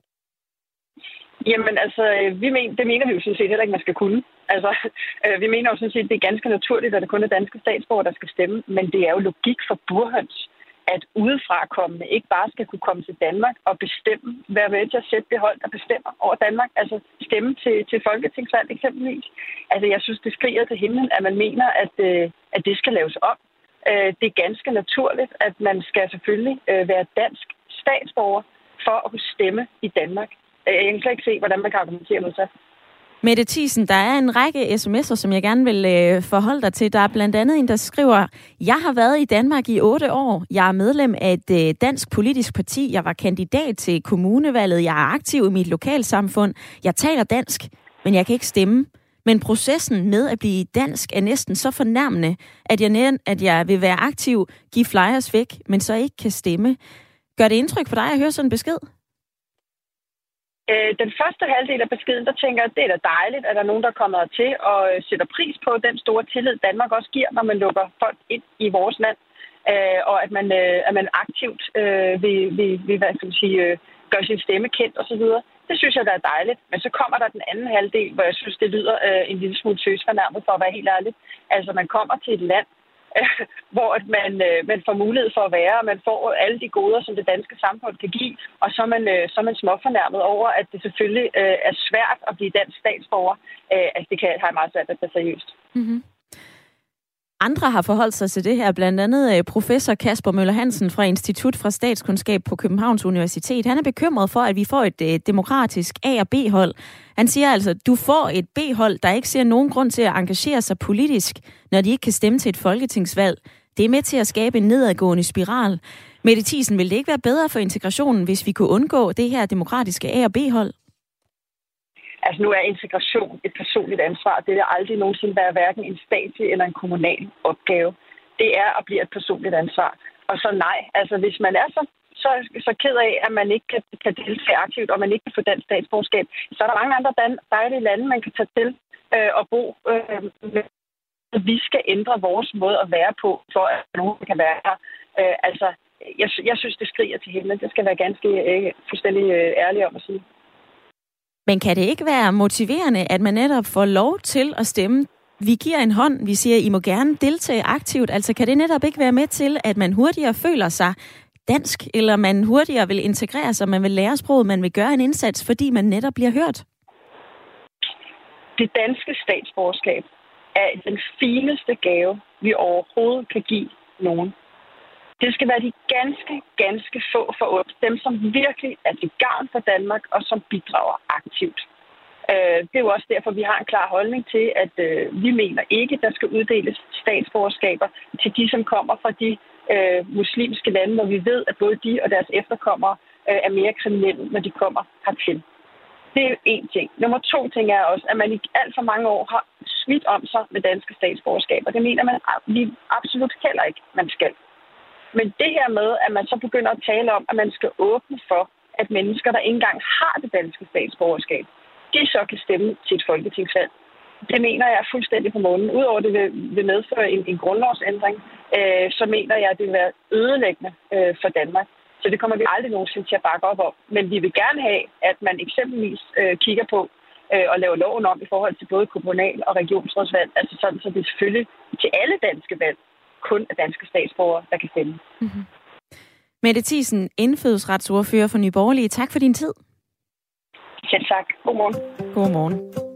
Jamen altså, vi men, det mener vi jo sådan set heller ikke, man skal kunne. Altså, vi mener jo sådan set, det er ganske naturligt, at det kun er danske statsborgere, der skal stemme. Men det er jo logik for burhøns, at udefrakommende ikke bare skal kunne komme til Danmark og bestemme, være med til at sætte det hold, der bestemmer over Danmark. Altså stemme til, til folketingsvalg eksempelvis. Altså jeg synes, det skriger til himlen, at man mener, at, at det skal laves om. Det er ganske naturligt, at man skal selvfølgelig være dansk statsborger for at kunne stemme i Danmark. Jeg kan slet ikke se, hvordan man kan argumentere mod sig. Mette Thiesen, der er en række sms'er, som jeg gerne vil øh, forholde dig til. Der er blandt andet en, der skriver, jeg har været i Danmark i otte år. Jeg er medlem af et øh, dansk politisk parti. Jeg var kandidat til kommunevalget. Jeg er aktiv i mit lokalsamfund. Jeg taler dansk, men jeg kan ikke stemme. Men processen med at blive dansk er næsten så fornærmende, at jeg, næ- at jeg vil være aktiv, give flyers væk, men så ikke kan stemme. Gør det indtryk på dig at høre sådan en besked? Den første halvdel af beskeden, der tænker jeg, at det er da dejligt, at der er nogen, der kommer til og sætter pris på den store tillid, Danmark også giver, når man lukker folk ind i vores land, og at man, at man aktivt vil, vil, vil hvad skal man sige, gøre sin stemme kendt osv. Det synes jeg, der er dejligt. Men så kommer der den anden halvdel, hvor jeg synes, det lyder en lille smule tøsfornærmet, for at være helt ærlig. Altså, man kommer til et land, hvor man, man får mulighed for at være, og man får alle de goder, som det danske samfund kan give, og så er man, så er man småfornærmet over, at det selvfølgelig er svært at blive dansk statsborger. Altså, det kan have meget svært at tage seriøst. Mm-hmm. Andre har forholdt sig til det her, blandt andet professor Kasper Møller Hansen fra Institut for Statskundskab på Københavns Universitet. Han er bekymret for, at vi får et demokratisk A- og B-hold. Han siger altså, du får et B-hold, der ikke ser nogen grund til at engagere sig politisk, når de ikke kan stemme til et folketingsvalg. Det er med til at skabe en nedadgående spiral. Mette Thiesen, vil det ikke være bedre for integrationen, hvis vi kunne undgå det her demokratiske A- og B-hold? Altså nu er integration et personligt ansvar. Det vil aldrig nogensinde være hverken en statslig eller en kommunal opgave. Det er og bliver et personligt ansvar. Og så nej, altså hvis man er så, så, så ked af, at man ikke kan, kan deltage aktivt, og man ikke kan få dansk statsborgerskab, så er der mange andre dejlige lande, man kan tage til øh, og bo. Øh, vi skal ændre vores måde at være på, for at nogen kan være her. Øh, altså, jeg, jeg synes, det skriger til himlen. Det skal være ganske øh, fuldstændig øh, ærlig om at sige. Men kan det ikke være motiverende, at man netop får lov til at stemme? Vi giver en hånd, vi siger, I må gerne deltage aktivt. Altså kan det netop ikke være med til, at man hurtigere føler sig dansk, eller man hurtigere vil integrere sig, man vil lære sproget, man vil gøre en indsats, fordi man netop bliver hørt? Det danske statsborgerskab er den fineste gave, vi overhovedet kan give nogen. Det skal være de ganske, ganske få forundt. Dem, som virkelig er til gavn for Danmark, og som bidrager aktivt. Det er jo også derfor, vi har en klar holdning til, at vi mener ikke, at der skal uddeles statsborgerskaber til de, som kommer fra de øh, muslimske lande, når vi ved, at både de og deres efterkommere øh, er mere kriminelle, når de kommer hertil. Det er en ting. Nummer to ting er også, at man i alt for mange år har smidt om sig med danske statsborgerskaber. Det mener man vi absolut heller ikke, man skal. Men det her med, at man så begynder at tale om, at man skal åbne for, at mennesker, der ikke engang har det danske statsborgerskab, de så kan stemme til et folketingsvalg. Det mener jeg er fuldstændig på månen. Udover det vil, vil medføre en, en grundlovsændring, øh, så mener jeg, at det vil være ødelæggende øh, for Danmark. Så det kommer vi aldrig nogensinde til at bakke op om. Men vi vil gerne have, at man eksempelvis øh, kigger på øh, og laver loven om i forhold til både kommunal- og regionsrådsvalg. Altså sådan, så det er selvfølgelig til alle danske valg kun er danske statsborgere, der kan stemme. Mm-hmm. Mette Thiesen, indfødsretsordfører for Nye Borgerlige. Tak for din tid. Selv tak. Godmorgen. Godmorgen.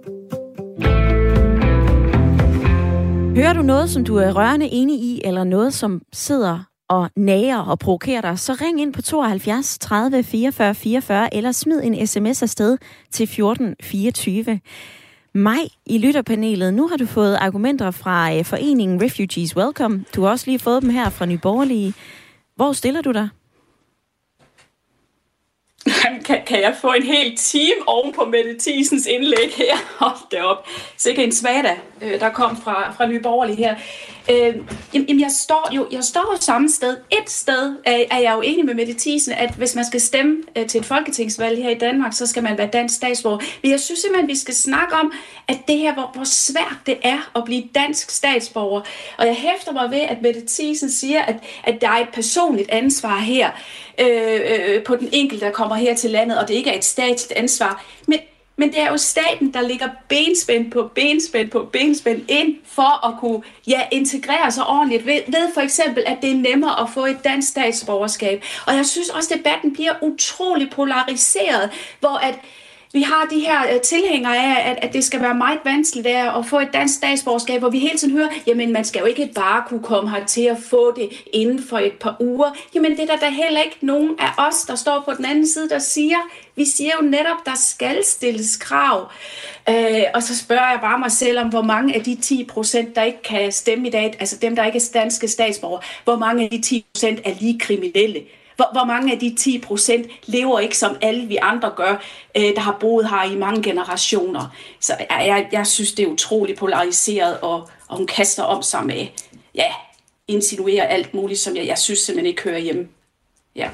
Hører du noget, som du er rørende enig i, eller noget, som sidder og nager og provokerer dig, så ring ind på tooghalvfjerds tredive fireogfyrre fireogfyrre, eller smid en sms afsted til fjorten fireogtyve. Maj i lytterpanelet, nu har du fået argumenter fra foreningen Refugees Welcome. Du har også lige fået dem her fra Nye Borgerlige. Hvor stiller du dig? Jamen, kan, kan jeg få en hel time oven på Mette Thiesens indlæg her? Hold da op. Sikke en svada, der kom fra, fra Nye Borgerlige her. Øh, jamen, jeg står jo jeg står jo samme sted. Et sted er, er jeg jo enig med Mette Thiesen, at hvis man skal stemme øh, til et folketingsvalg her i Danmark, så skal man være dansk statsborger. Men jeg synes simpelthen, vi skal snakke om, at det her, hvor, hvor svært det er at blive dansk statsborger. Og jeg hæfter mig ved, at Mette Thiesen siger, at, at der er et personligt ansvar her øh, øh, på den enkelte, der kommer her til landet, og det ikke er et statsligt ansvar. Men Men det er jo staten, der ligger benspænd på benspænd på benspænd ind for at kunne ja, integrere sig ordentligt. Ved, ved for eksempel, at det er nemmere at få et dansk statsborgerskab. Og jeg synes også, at debatten bliver utrolig polariseret, hvor at vi har de her uh, tilhængere af, at, at det skal være meget vanskeligt af at få et dansk statsborgerskab, hvor vi hele tiden hører, jamen man skal jo ikke bare kunne komme her til at få det inden for et par uger. Jamen det er der da heller ikke nogen af os, der står på den anden side, der siger. Vi siger jo netop, der skal stilles krav. Uh, og så spørger jeg bare mig selv om, hvor mange af de ti procent, der ikke kan stemme i dag, altså dem, der ikke er danske statsborgere, hvor mange af de ti procent er lige kriminelle. Hvor, hvor mange af de ti procent lever ikke som alle vi andre gør, øh, der har boet her i mange generationer. Så jeg, jeg synes, det er utroligt polariseret, og, og hun kaster om sig med, ja, insinuerer alt muligt, som jeg, jeg synes simpelthen ikke hører hjemme. Ja.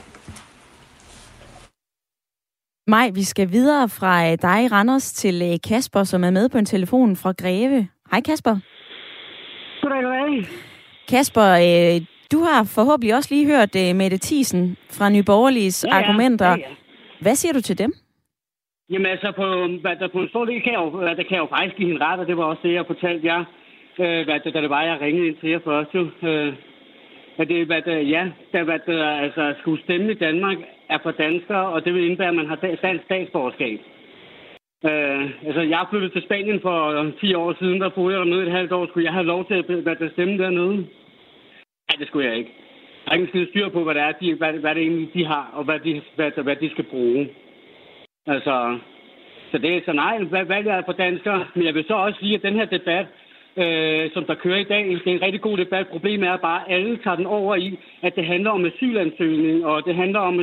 Maj, vi skal videre fra dig, Randers, til Kasper, som er med på en telefon fra Greve. Hej Kasper. Goddag, goddag. Kasper, øh, du har forhåbentlig også lige hørt uh, Mette Thiesen fra Nye Borgerliges ja, ja. argumenter. Ja, ja. Hvad siger du til dem? Jamen altså, på, hvad, på en stor del kan jeg, jo, der kan jeg jo faktisk give hende ret, og det var også det, jeg fortalte jer, øh, hvad, da det var, jeg ringede ind til jer først. Jo. Øh, at det, hvad, ja, der, hvad, der, altså, skulle stemme i Danmark er for danskere, og det vil indebære, at man har dansk statsborgerskab. Øh, altså, jeg flyttede til Spanien for ti år siden, der boede jeg dernede et halvt år. Skulle jeg have lov til at hvad, stemme dernede? Nej, det skulle jeg ikke. Der er ingen skide styr på, hvad det er, de, hvad, hvad det egentlig de har, og hvad de, hvad, hvad de skal bruge. Altså, så det er så nej, hvad, hvad det er for danskere. Men jeg vil så også sige, at den her debat, øh, som der kører i dag, det er en rigtig god debat. Problemet er bare, at alle tager den over i, at det handler om asylansøgning, og det handler om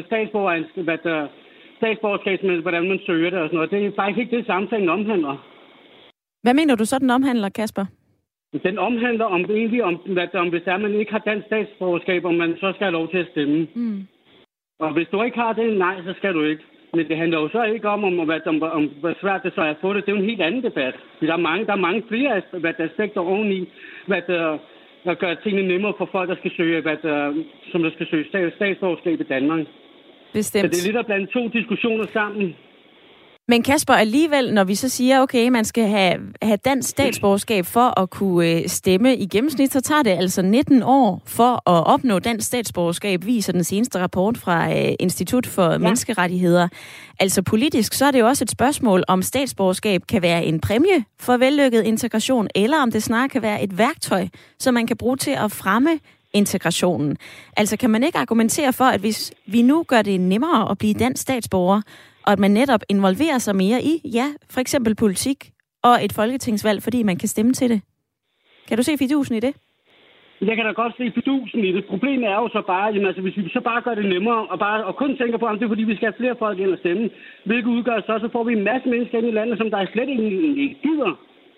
statsborgerskab, hvordan man søger det og sådan noget. Det er faktisk ikke det, samtalen omhandler. Hvad mener du så, den omhandler, Kasper? Den omhandler om egentlig, om, hvad, om hvis er, man ikke har dansk statsborgerskab, om man så skal have lov til at stemme. Mm. Og hvis du ikke har det, nej, så skal du ikke. Men det handler jo så ikke om, om, hvad, om, om hvor svært det så er at få det. Det er jo en helt anden debat. Der er mange, der er mange flere hvad, aspekter oveni, hvad der, der gør tingene nemmere for folk, der skal søge, hvad der, som der skal søge statsborgerskab i Danmark. Bestemt. Så det er lidt at blande to diskussioner sammen. Men Kasper, alligevel, når vi så siger, okay, man skal have, have dansk statsborgerskab for at kunne øh, stemme i gennemsnit, så tager det altså nitten år for at opnå dansk statsborgerskab, viser den seneste rapport fra øh, Institut for ja. Menneskerettigheder. Altså politisk, så er det jo også et spørgsmål, om statsborgerskab kan være en præmie for vellykket integration, eller om det snarere kan være et værktøj, som man kan bruge til at fremme integrationen. Altså kan man ikke argumentere for, at hvis vi nu gør det nemmere at blive dansk statsborger, og at man netop involverer sig mere i, ja, for eksempel politik og et folketingsvalg, fordi man kan stemme til det. Kan du se fidusen i det? Jeg kan da godt se fidusen i det. Problemet er jo så bare, jamen, altså, hvis vi så bare gør det nemmere, og, bare, og kun tænker på, om det er fordi, vi skal have flere folk ind og stemme, hvilket udgør så, så får vi en masse mennesker ind i landet, som der slet ikke gider.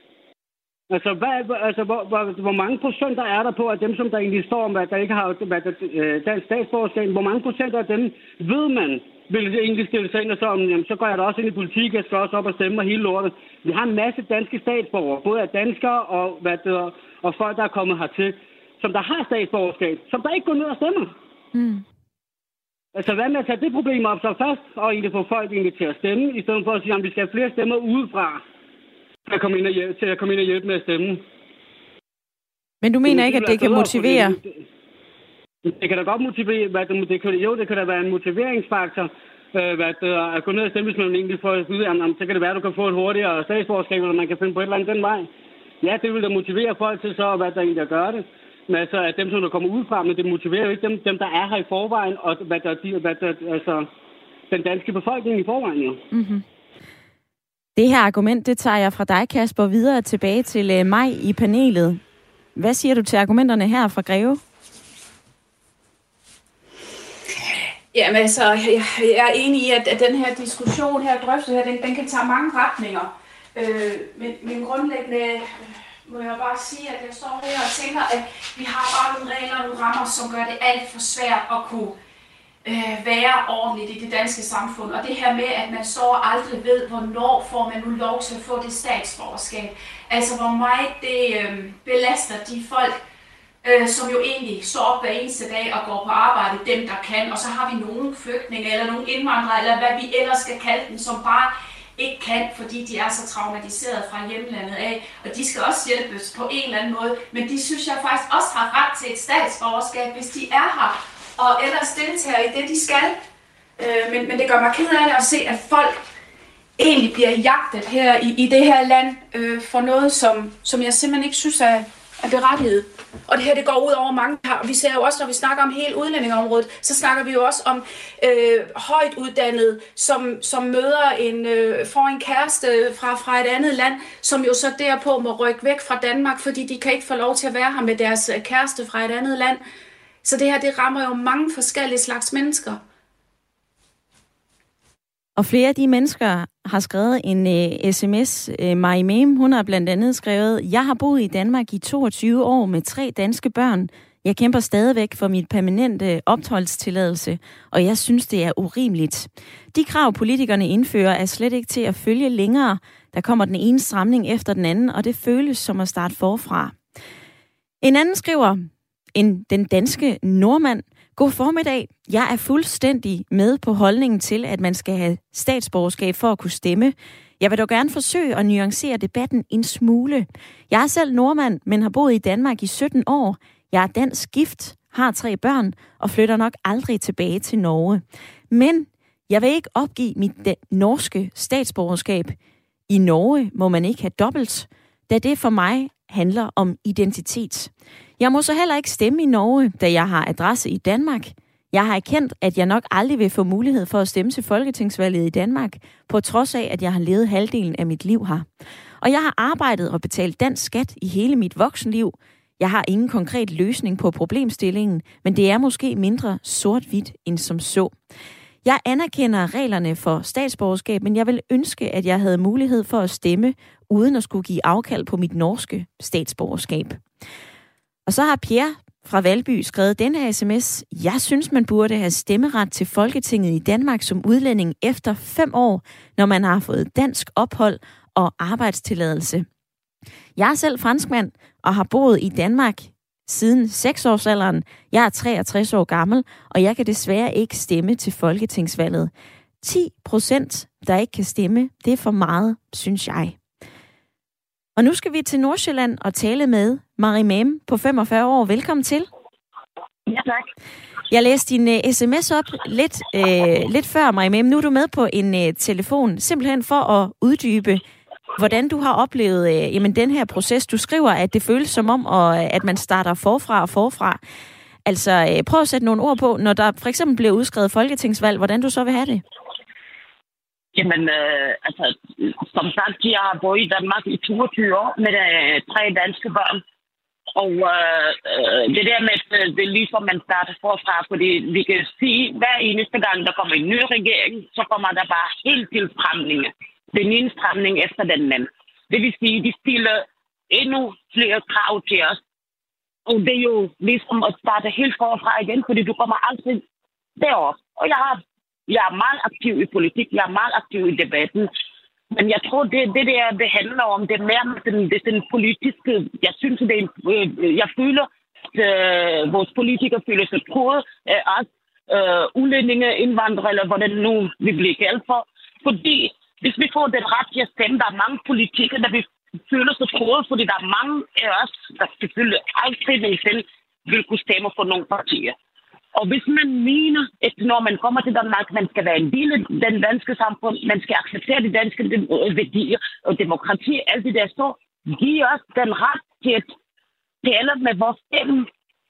Altså, hvad, altså hvor, hvor, hvor mange procenter er der på, at dem, som der egentlig står om, at der ikke har hvad, der, dansk statsborgerskab, hvor mange procenter af dem ved man, vil egentlig stille sig ind og så, jamen, så går jeg da også ind i politik, jeg skal også op og stemme og hele lortet. Vi har en masse danske statsborgere, både af danskere og, hvad det, og folk, der er kommet hertil, som der har statsborgerskab, som der ikke går ned og stemmer. Mm. Altså, hvad med at tage det problem op så først, og egentlig få folk egentlig til at stemme, i stedet for at sige, at vi skal have flere stemmer udefra, til at komme ind og hjælpe, til at komme ind og hjælpe med at stemme. Men du mener ikke, at det kan motivere? Det, det kan da godt motivere. Hvad det, det kan, jo, det kan da være en motiveringsfaktor. Øh, hvad det, at gå ned og stemme, hvis man egentlig får at vide, jamen, så kan det være, at du kan få et hurtigere statsborgerskab, eller man kan finde på et eller andet den vej. Ja, det vil da motivere folk til så, hvad der egentlig at gøre det. Men altså, at dem, som der kommer udefra, men det motiverer jo ikke dem, dem der er her i forvejen, og hvad der, hvad der, altså, den danske befolkning i forvejen, jo. Mm-hmm. Det her argument, det tager jeg fra dig, Kasper, videre tilbage til mig i panelet. Hvad siger du til argumenterne her fra Greve? Jamen altså, jeg, jeg er enig i, at, at den her diskussion her, drøftet her, den, den kan tage mange retninger. Øh, men, men grundlæggende må jeg bare sige, at jeg står her og tænker, at vi har bare nogle regler og nogle rammer, som gør det alt for svært at kunne øh, være ordentligt i det danske samfund. Og det her med, at man så aldrig ved, hvornår får man nu lov til at få det statsborgerskab. Altså, hvor meget det øh, belaster de folk, øh, som jo egentlig står op hver eneste dag og går på arbejde, dem der kan. Og så har vi nogle flygtninge eller nogle indvandrere, eller hvad vi ellers skal kalde dem, som bare ikke kan, fordi de er så traumatiseret fra hjemlandet af, og de skal også hjælpes på en eller anden måde, men de synes jeg faktisk også har ret til et statsborgerskab, hvis de er her, og ellers deltager i det, de skal. Øh, men, men det gør mig ked af det at se, at folk egentlig bliver jagtet her i, i det her land øh, for noget, som, som jeg simpelthen ikke synes er, er berettiget. Og det her, det går ud over mange her. Og vi ser jo også, når vi snakker om hele udlændingeområdet, så snakker vi jo også om øh, højt uddannede, som, som møder en, øh, får en kæreste fra, fra et andet land, som jo så derpå må rykke væk fra Danmark, fordi de kan ikke få lov til at være her med deres kæreste fra et andet land. Så det her, det rammer jo mange forskellige slags mennesker. Og flere af de mennesker har skrevet en uh, sms. Uh, Marie Mem, hun har blandt andet skrevet: Jeg har boet i Danmark i toogtyve år med tre danske børn. Jeg kæmper stadigvæk for mit permanente opholdstilladelse, og jeg synes, det er urimeligt. De krav, politikerne indfører, er slet ikke til at følge længere. Der kommer den ene stramning efter den anden, og det føles som at starte forfra. En anden skriver, en den danske nordmand: God formiddag. Jeg er fuldstændig med på holdningen til, at man skal have statsborgerskab for at kunne stemme. Jeg vil dog gerne forsøge at nuancere debatten en smule. Jeg er selv nordmand, men har boet i Danmark i sytten år. Jeg er dansk gift, har tre børn og flytter nok aldrig tilbage til Norge. Men jeg vil ikke opgive mit norske statsborgerskab. I Norge må man ikke have dobbelt, da det for mig handler om identitet. Jeg må så heller ikke stemme i Norge, da jeg har adresse i Danmark. Jeg har erkendt, at jeg nok aldrig vil få mulighed for at stemme til folketingsvalget i Danmark, på trods af, at jeg har levet halvdelen af mit liv her. Og jeg har arbejdet og betalt dansk skat i hele mit voksenliv. Jeg har ingen konkret løsning på problemstillingen, men det er måske mindre sort-hvidt end som så. Jeg anerkender reglerne for statsborgerskab, men jeg vil ønske, at jeg havde mulighed for at stemme, uden at skulle give afkald på mit norske statsborgerskab. Og så har Pierre fra Valby skrevet den her sms: Jeg synes, man burde have stemmeret til Folketinget i Danmark som udlænding efter fem år, når man har fået dansk ophold og arbejdstilladelse. Jeg er selv franskmand og har boet i Danmark siden seksårsalderen. Jeg er treogtres år gammel, og jeg kan desværre ikke stemme til folketingsvalget. ti procent, der ikke kan stemme, det er for meget, synes jeg. Og nu skal vi til Nordsjælland og tale med Marie Mem på femogfyrre år. Velkommen til. Ja, tak. Jeg læste din uh, sms op lidt, uh, lidt før, Marie Mem. Nu er du med på en uh, telefon, simpelthen for at uddybe, hvordan du har oplevet uh, jamen, den her proces. Du skriver, at det føles som om, og, at man starter forfra og forfra. Altså, uh, prøv at sætte nogle ord på, når der for eksempel bliver udskrevet folketingsvalg, hvordan du så vil have det. Jamen, øh, altså, som sagt, jeg har boet i Danmark i toogtyve år med øh, tre danske børn. Og øh, øh, det der med, at det er ligesom, man starter forfra, fordi vi kan sige, hver eneste gang, der kommer en ny regering, så kommer der bare helt tilstramninger. Den ene stramning efter den anden. Det vil sige, de stiller endnu flere krav til os. Og det er jo ligesom at starte helt forfra igen, fordi du kommer aldrig derop. Og jeg har Jeg er meget aktiv i politik, jeg er meget aktiv i debatten. Men jeg tror, det, det der, det handler om, det er mere den, det, den politiske. Jeg synes, det er, jeg føler, at øh, vores politikere føler sig troet af os, øh, udlændinge, indvandrere, eller hvordan nu vi bliver kaldt for. Fordi hvis vi får den ret til at stemme, der er mange politikere, der vi føler sig troet, fordi der er mange af os, der selvfølgelig aldrig selv vil kunne stemme for nogle partier. Og hvis man mener, at når man kommer til Danmark, man skal være en del af den danske samfund, man skal acceptere de danske værdier og demokrati, alt det der står, giver os den ret til at tale med vores stemme.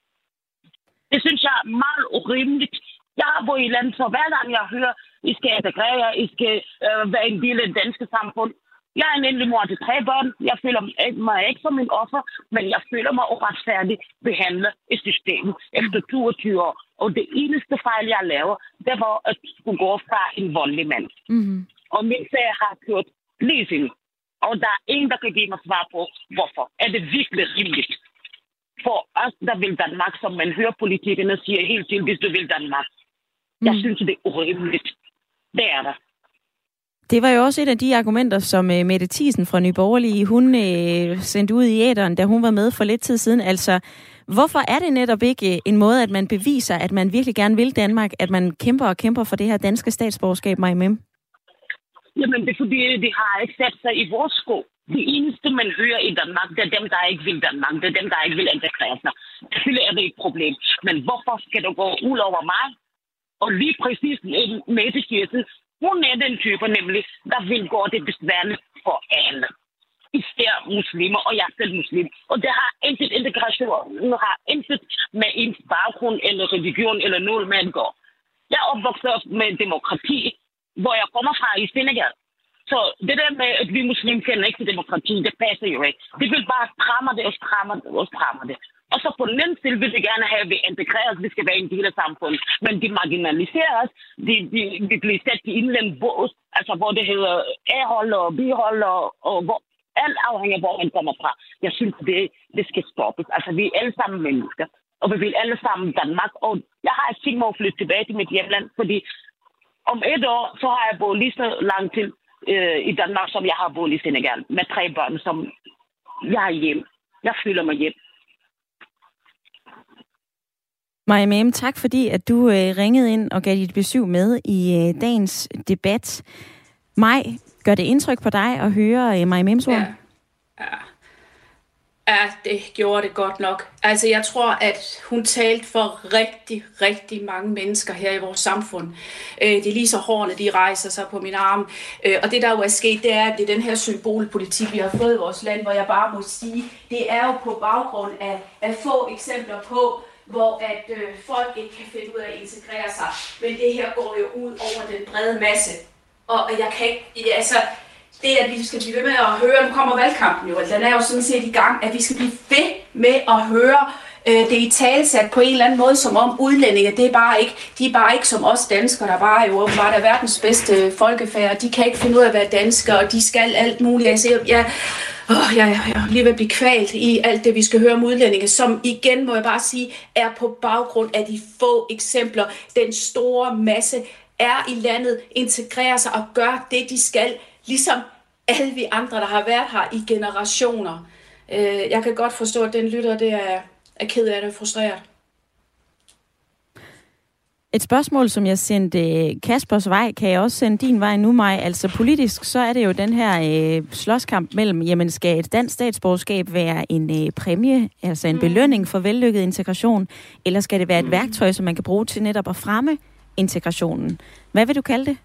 Det synes jeg er meget urimeligt. Jeg har boet i landet, så hver gang jeg hører, I skal integrere, I skal øh, være en del af det danske samfund, Jeg er en endelig mor til tre børn. Jeg føler mig ikke som en offer, men jeg føler mig uretfærdigt behandlet i systemet efter toogtyve år. Og det eneste fejl, jeg laver, det var at skulle gå fra en voldelig mand. Mm-hmm. Og min sag har kørt lige siden. Og der er ingen, der kan give mig svar på, hvorfor. Er det virkelig rimeligt? For os, der vil Danmark, som man hører politikerne siger helt til, hvis du vil Danmark. Mm. Jeg synes, det er urimeligt. Det er der. Det var jo også et af de argumenter, som uh, Mette Thiesen fra Nye Borgerlige, hun uh, sendte ud i æteren, da hun var med for lidt tid siden. Altså, hvorfor er det netop ikke en måde, at man beviser, at man virkelig gerne vil Danmark, at man kæmper og kæmper for det her danske statsborgerskab, Maja Mem? Jamen, det er fordi, de har ikke sat sig i vores sko. Det eneste, man hører i Danmark, det er dem, der ikke vil Danmark. Det er dem, der ikke vil integrere sig. Selvfølgelig er det et problem. Men hvorfor skal det gå ud over mig? Og lige præcis Mette Thiesen, hun er den type nemlig, der vil gå det besværende for alle. Især muslimer, og jeg er selv muslim. Og det har intet integration, har intet med ens baggrund eller religion eller noget med at gå. Jeg er opvokset med demokrati, hvor jeg kommer fra i Senegal. Så det der med, at vi muslimer kender ikke til demokrati, det passer jo ikke. De vil bare stramme det og stramme det og stramme det. Og så på den anden side vil de gerne have, at vi integreres, vi skal være en del af samfundet. Men de marginaliseres, de, de, de bliver sat i indlænd bås, altså hvor det hedder A-hold og B-hold, og, og hvor alt afhænger af, hvor man kommer fra. Jeg synes, det, det skal stoppes. Altså, vi er alle sammen mennesker, og vi vil alle sammen Danmark. Og jeg har et tænkt mig at flytte tilbage til mit hjemland, fordi om et år, så har jeg boet lige så lang tid øh, i Danmark, som jeg har boet i Senegal, med tre børn, som jeg er hjem. Jeg føler mig hjem. Maja Mem, tak fordi, at du øh, ringede ind og gav dit besøg med i øh, dagens debat. Maj, gør det indtryk på dig at høre øh, Maja Mems ord? Ja. Ja. Ja, det gjorde det godt nok. Altså, jeg tror, at hun talte for rigtig, rigtig mange mennesker her i vores samfund. Det er lige så hårene, de rejser sig på min arm. Og det, der jo er sket, det er, at det er den her symbolpolitik, vi har fået i vores land, hvor jeg bare må sige, det er jo på baggrund af, af få eksempler på, hvor at øh, folk ikke kan finde ud af at integrere sig. Men det her går jo ud over den brede masse. Og, og jeg kan ikke, altså... Det, at vi skal blive ved med at høre, nu kommer valgkampen jo, den er jo sådan set i gang, at vi skal blive ved med at høre øh, det i talesat på en eller anden måde, som om udlændinge, det er bare ikke, de er bare ikke som os danskere, der bare er jo åbenbart er verdens bedste folkefærd, de kan ikke finde ud af at være danskere, og de skal alt muligt. Jeg siger, ja, åh, jeg, jeg er lige ved at blive kvalt i alt det, vi skal høre om udlændinge, som igen, må jeg bare sige, er på baggrund af de få eksempler, den store masse er i landet, integrerer sig og gør det, de skal, ligesom alle vi andre, der har været her i generationer. Jeg kan godt forstå, at den lytter, det er, er ked af det og frustreret. Et spørgsmål, som jeg sendte Kaspers vej, kan jeg også sende din vej nu, Maj. Altså politisk, så er det jo den her øh, slåskamp mellem, jamen skal et dansk statsborgerskab være en øh, præmie, altså en mm. belønning for vellykket integration, eller skal det være et mm. værktøj, som man kan bruge til netop at fremme integrationen? Hvad vil du kalde det?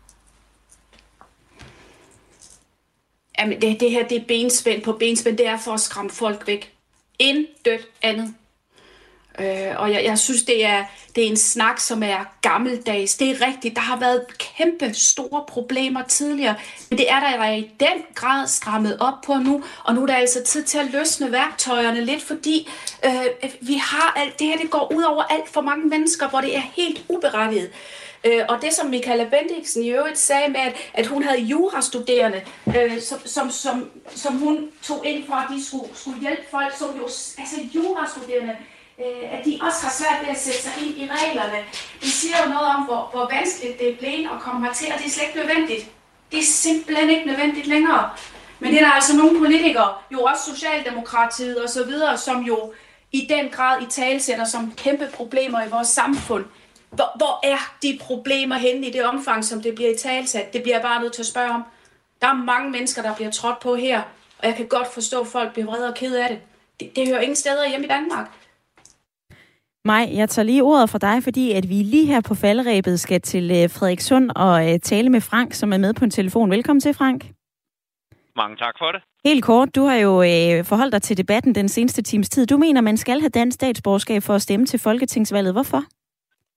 Jamen, det, det her, det er benspænd på benspænd. Det er for at skræmme folk væk. Intet andet. Øh, og jeg, jeg synes, det er, det er en snak, som er gammeldags. Det er rigtigt. Der har været kæmpe store problemer tidligere. Men det er der i den grad strammet op på nu. Og nu er der altså tid til at løsne værktøjerne lidt, fordi øh, vi har alt det her, det går ud over alt for mange mennesker, hvor det er helt uberettiget. Øh, og det, som Michaela Bendiksen i øvrigt sagde med, at, at hun havde jurastuderende, øh, som, som, som, som hun tog ind for, at de skulle, skulle hjælpe folk, som jo, altså jurastuderende, øh, at de også har svært ved at sætte sig ind i reglerne. Det siger jo noget om, hvor, hvor vanskeligt det er blevet at komme hertil, og det er slet ikke nødvendigt. Det er simpelthen ikke nødvendigt længere. Men det er der altså nogle politikere, jo også Socialdemokratiet og så videre, som jo i den grad i talesætter som kæmpe problemer i vores samfund. Hvor, hvor er de problemer henne i det omfang, som det bliver i talesat? Det bliver jeg bare nødt til at spørge om. Der er mange mennesker, der bliver trådt på her, og jeg kan godt forstå, at folk bliver vrede og kede af det. Det, det hører ingen steder hjemme i Danmark. Maj, jeg tager lige ordet fra dig, fordi at vi lige her på falderebet skal til Frederikssund og tale med Frank, som er med på en telefon. Velkommen til, Frank. Mange tak for det. Helt kort, du har jo øh, forholdt dig til debatten den seneste times tid. Du mener, man skal have dansk statsborgerskab for at stemme til folketingsvalget. Hvorfor?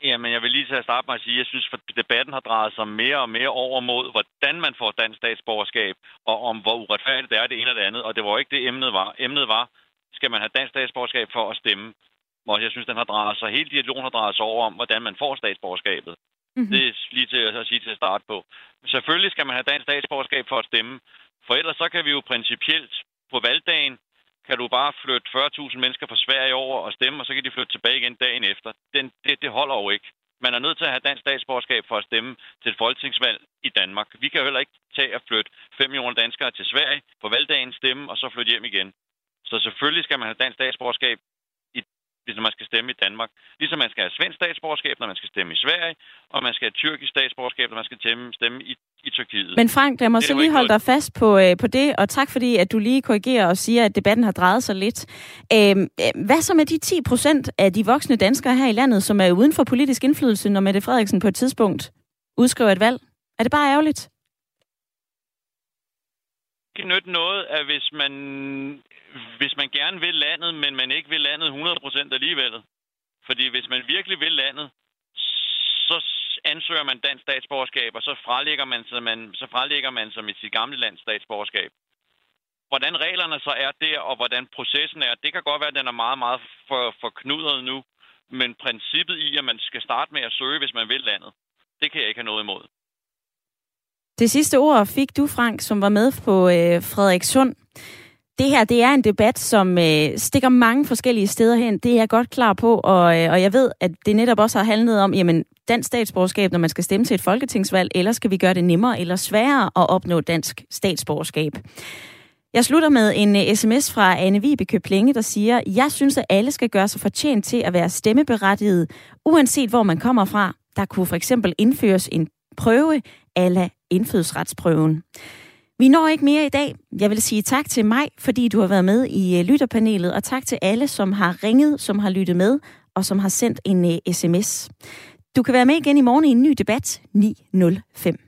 Jamen, jeg vil lige til at starte med at sige, at jeg synes, at debatten har drejet sig mere og mere over mod, hvordan man får dansk statsborgerskab, og om hvor uretfærdigt det er det ene og det andet. Og det var ikke det, emnet var. Emnet var, skal man have dansk statsborgerskab for at stemme? Og jeg synes, den har drejet sig, hele dialogen har drejet sig over om, hvordan man får statsborgerskabet. Mm-hmm. Det er lige til at sige til at starte på. Selvfølgelig skal man have dansk statsborgerskab for at stemme, for ellers så kan vi jo principielt på valgdagen, kan du bare flytte fyrre tusind mennesker fra Sverige over og stemme, og så kan de flytte tilbage igen dagen efter. Den, det, det holder jo ikke. Man er nødt til at have dansk statsborgerskab for at stemme til et folketingsvalg i Danmark. Vi kan jo heller ikke tage at flytte fem millioner danskere til Sverige på valgdagen, stemme og så flytte hjem igen. Så selvfølgelig skal man have dansk statsborgerskab, i, hvis man skal stemme i Danmark. Ligesom man skal have svensk statsborgerskab, når man skal stemme i Sverige, og man skal have tyrkisk statsborgerskab, når man skal stemme, stemme i, i Tyrkiet. Men Frank, lad mig så lige holde dig fast på, øh, på det, og tak fordi, at du lige korrigerer og siger, at debatten har drejet sig lidt. Øh, hvad så med de ti procent af de voksne danskere her i landet, som er uden for politisk indflydelse, når Mette Frederiksen på et tidspunkt udskriver et valg? Er det bare ærgerligt? Det kan nytte noget, at hvis man, hvis man gerne vil landet, men man ikke vil landet hundrede procent alligevel. Fordi hvis man virkelig vil landet, så ansøger man dansk statsborgerskab, og så fralægger man sig, man, så fralægger man sig med sit gamle lands statsborgerskab. Hvordan reglerne så er der, og hvordan processen er, det kan godt være, at den er meget, meget for, forknudret nu. Men princippet i, at man skal starte med at søge, hvis man vil landet, det kan jeg ikke have noget imod. Det sidste ord fik du, Frank, som var med på øh, Frederikssund. Det her, det er en debat, som øh, stikker mange forskellige steder hen. Det er jeg godt klar på, og, øh, og jeg ved, at det netop også har handlet om, jamen, dansk statsborgerskab, når man skal stemme til et folketingsvalg, eller skal vi gøre det nemmere eller sværere at opnå dansk statsborgerskab. Jeg slutter med en uh, sms fra Anne Vibeke Plenge, der siger, jeg synes, at alle skal gøre sig fortjent til at være stemmeberettiget, uanset hvor man kommer fra. Der kunne for eksempel indføres en prøve a la indfødsretsprøven. Vi når ikke mere i dag. Jeg vil sige tak til mig, fordi du har været med i uh, lytterpanelet, og tak til alle, som har ringet, som har lyttet med, og som har sendt en uh, sms. Du kan være med igen i morgen i en ny debat ni nul fem.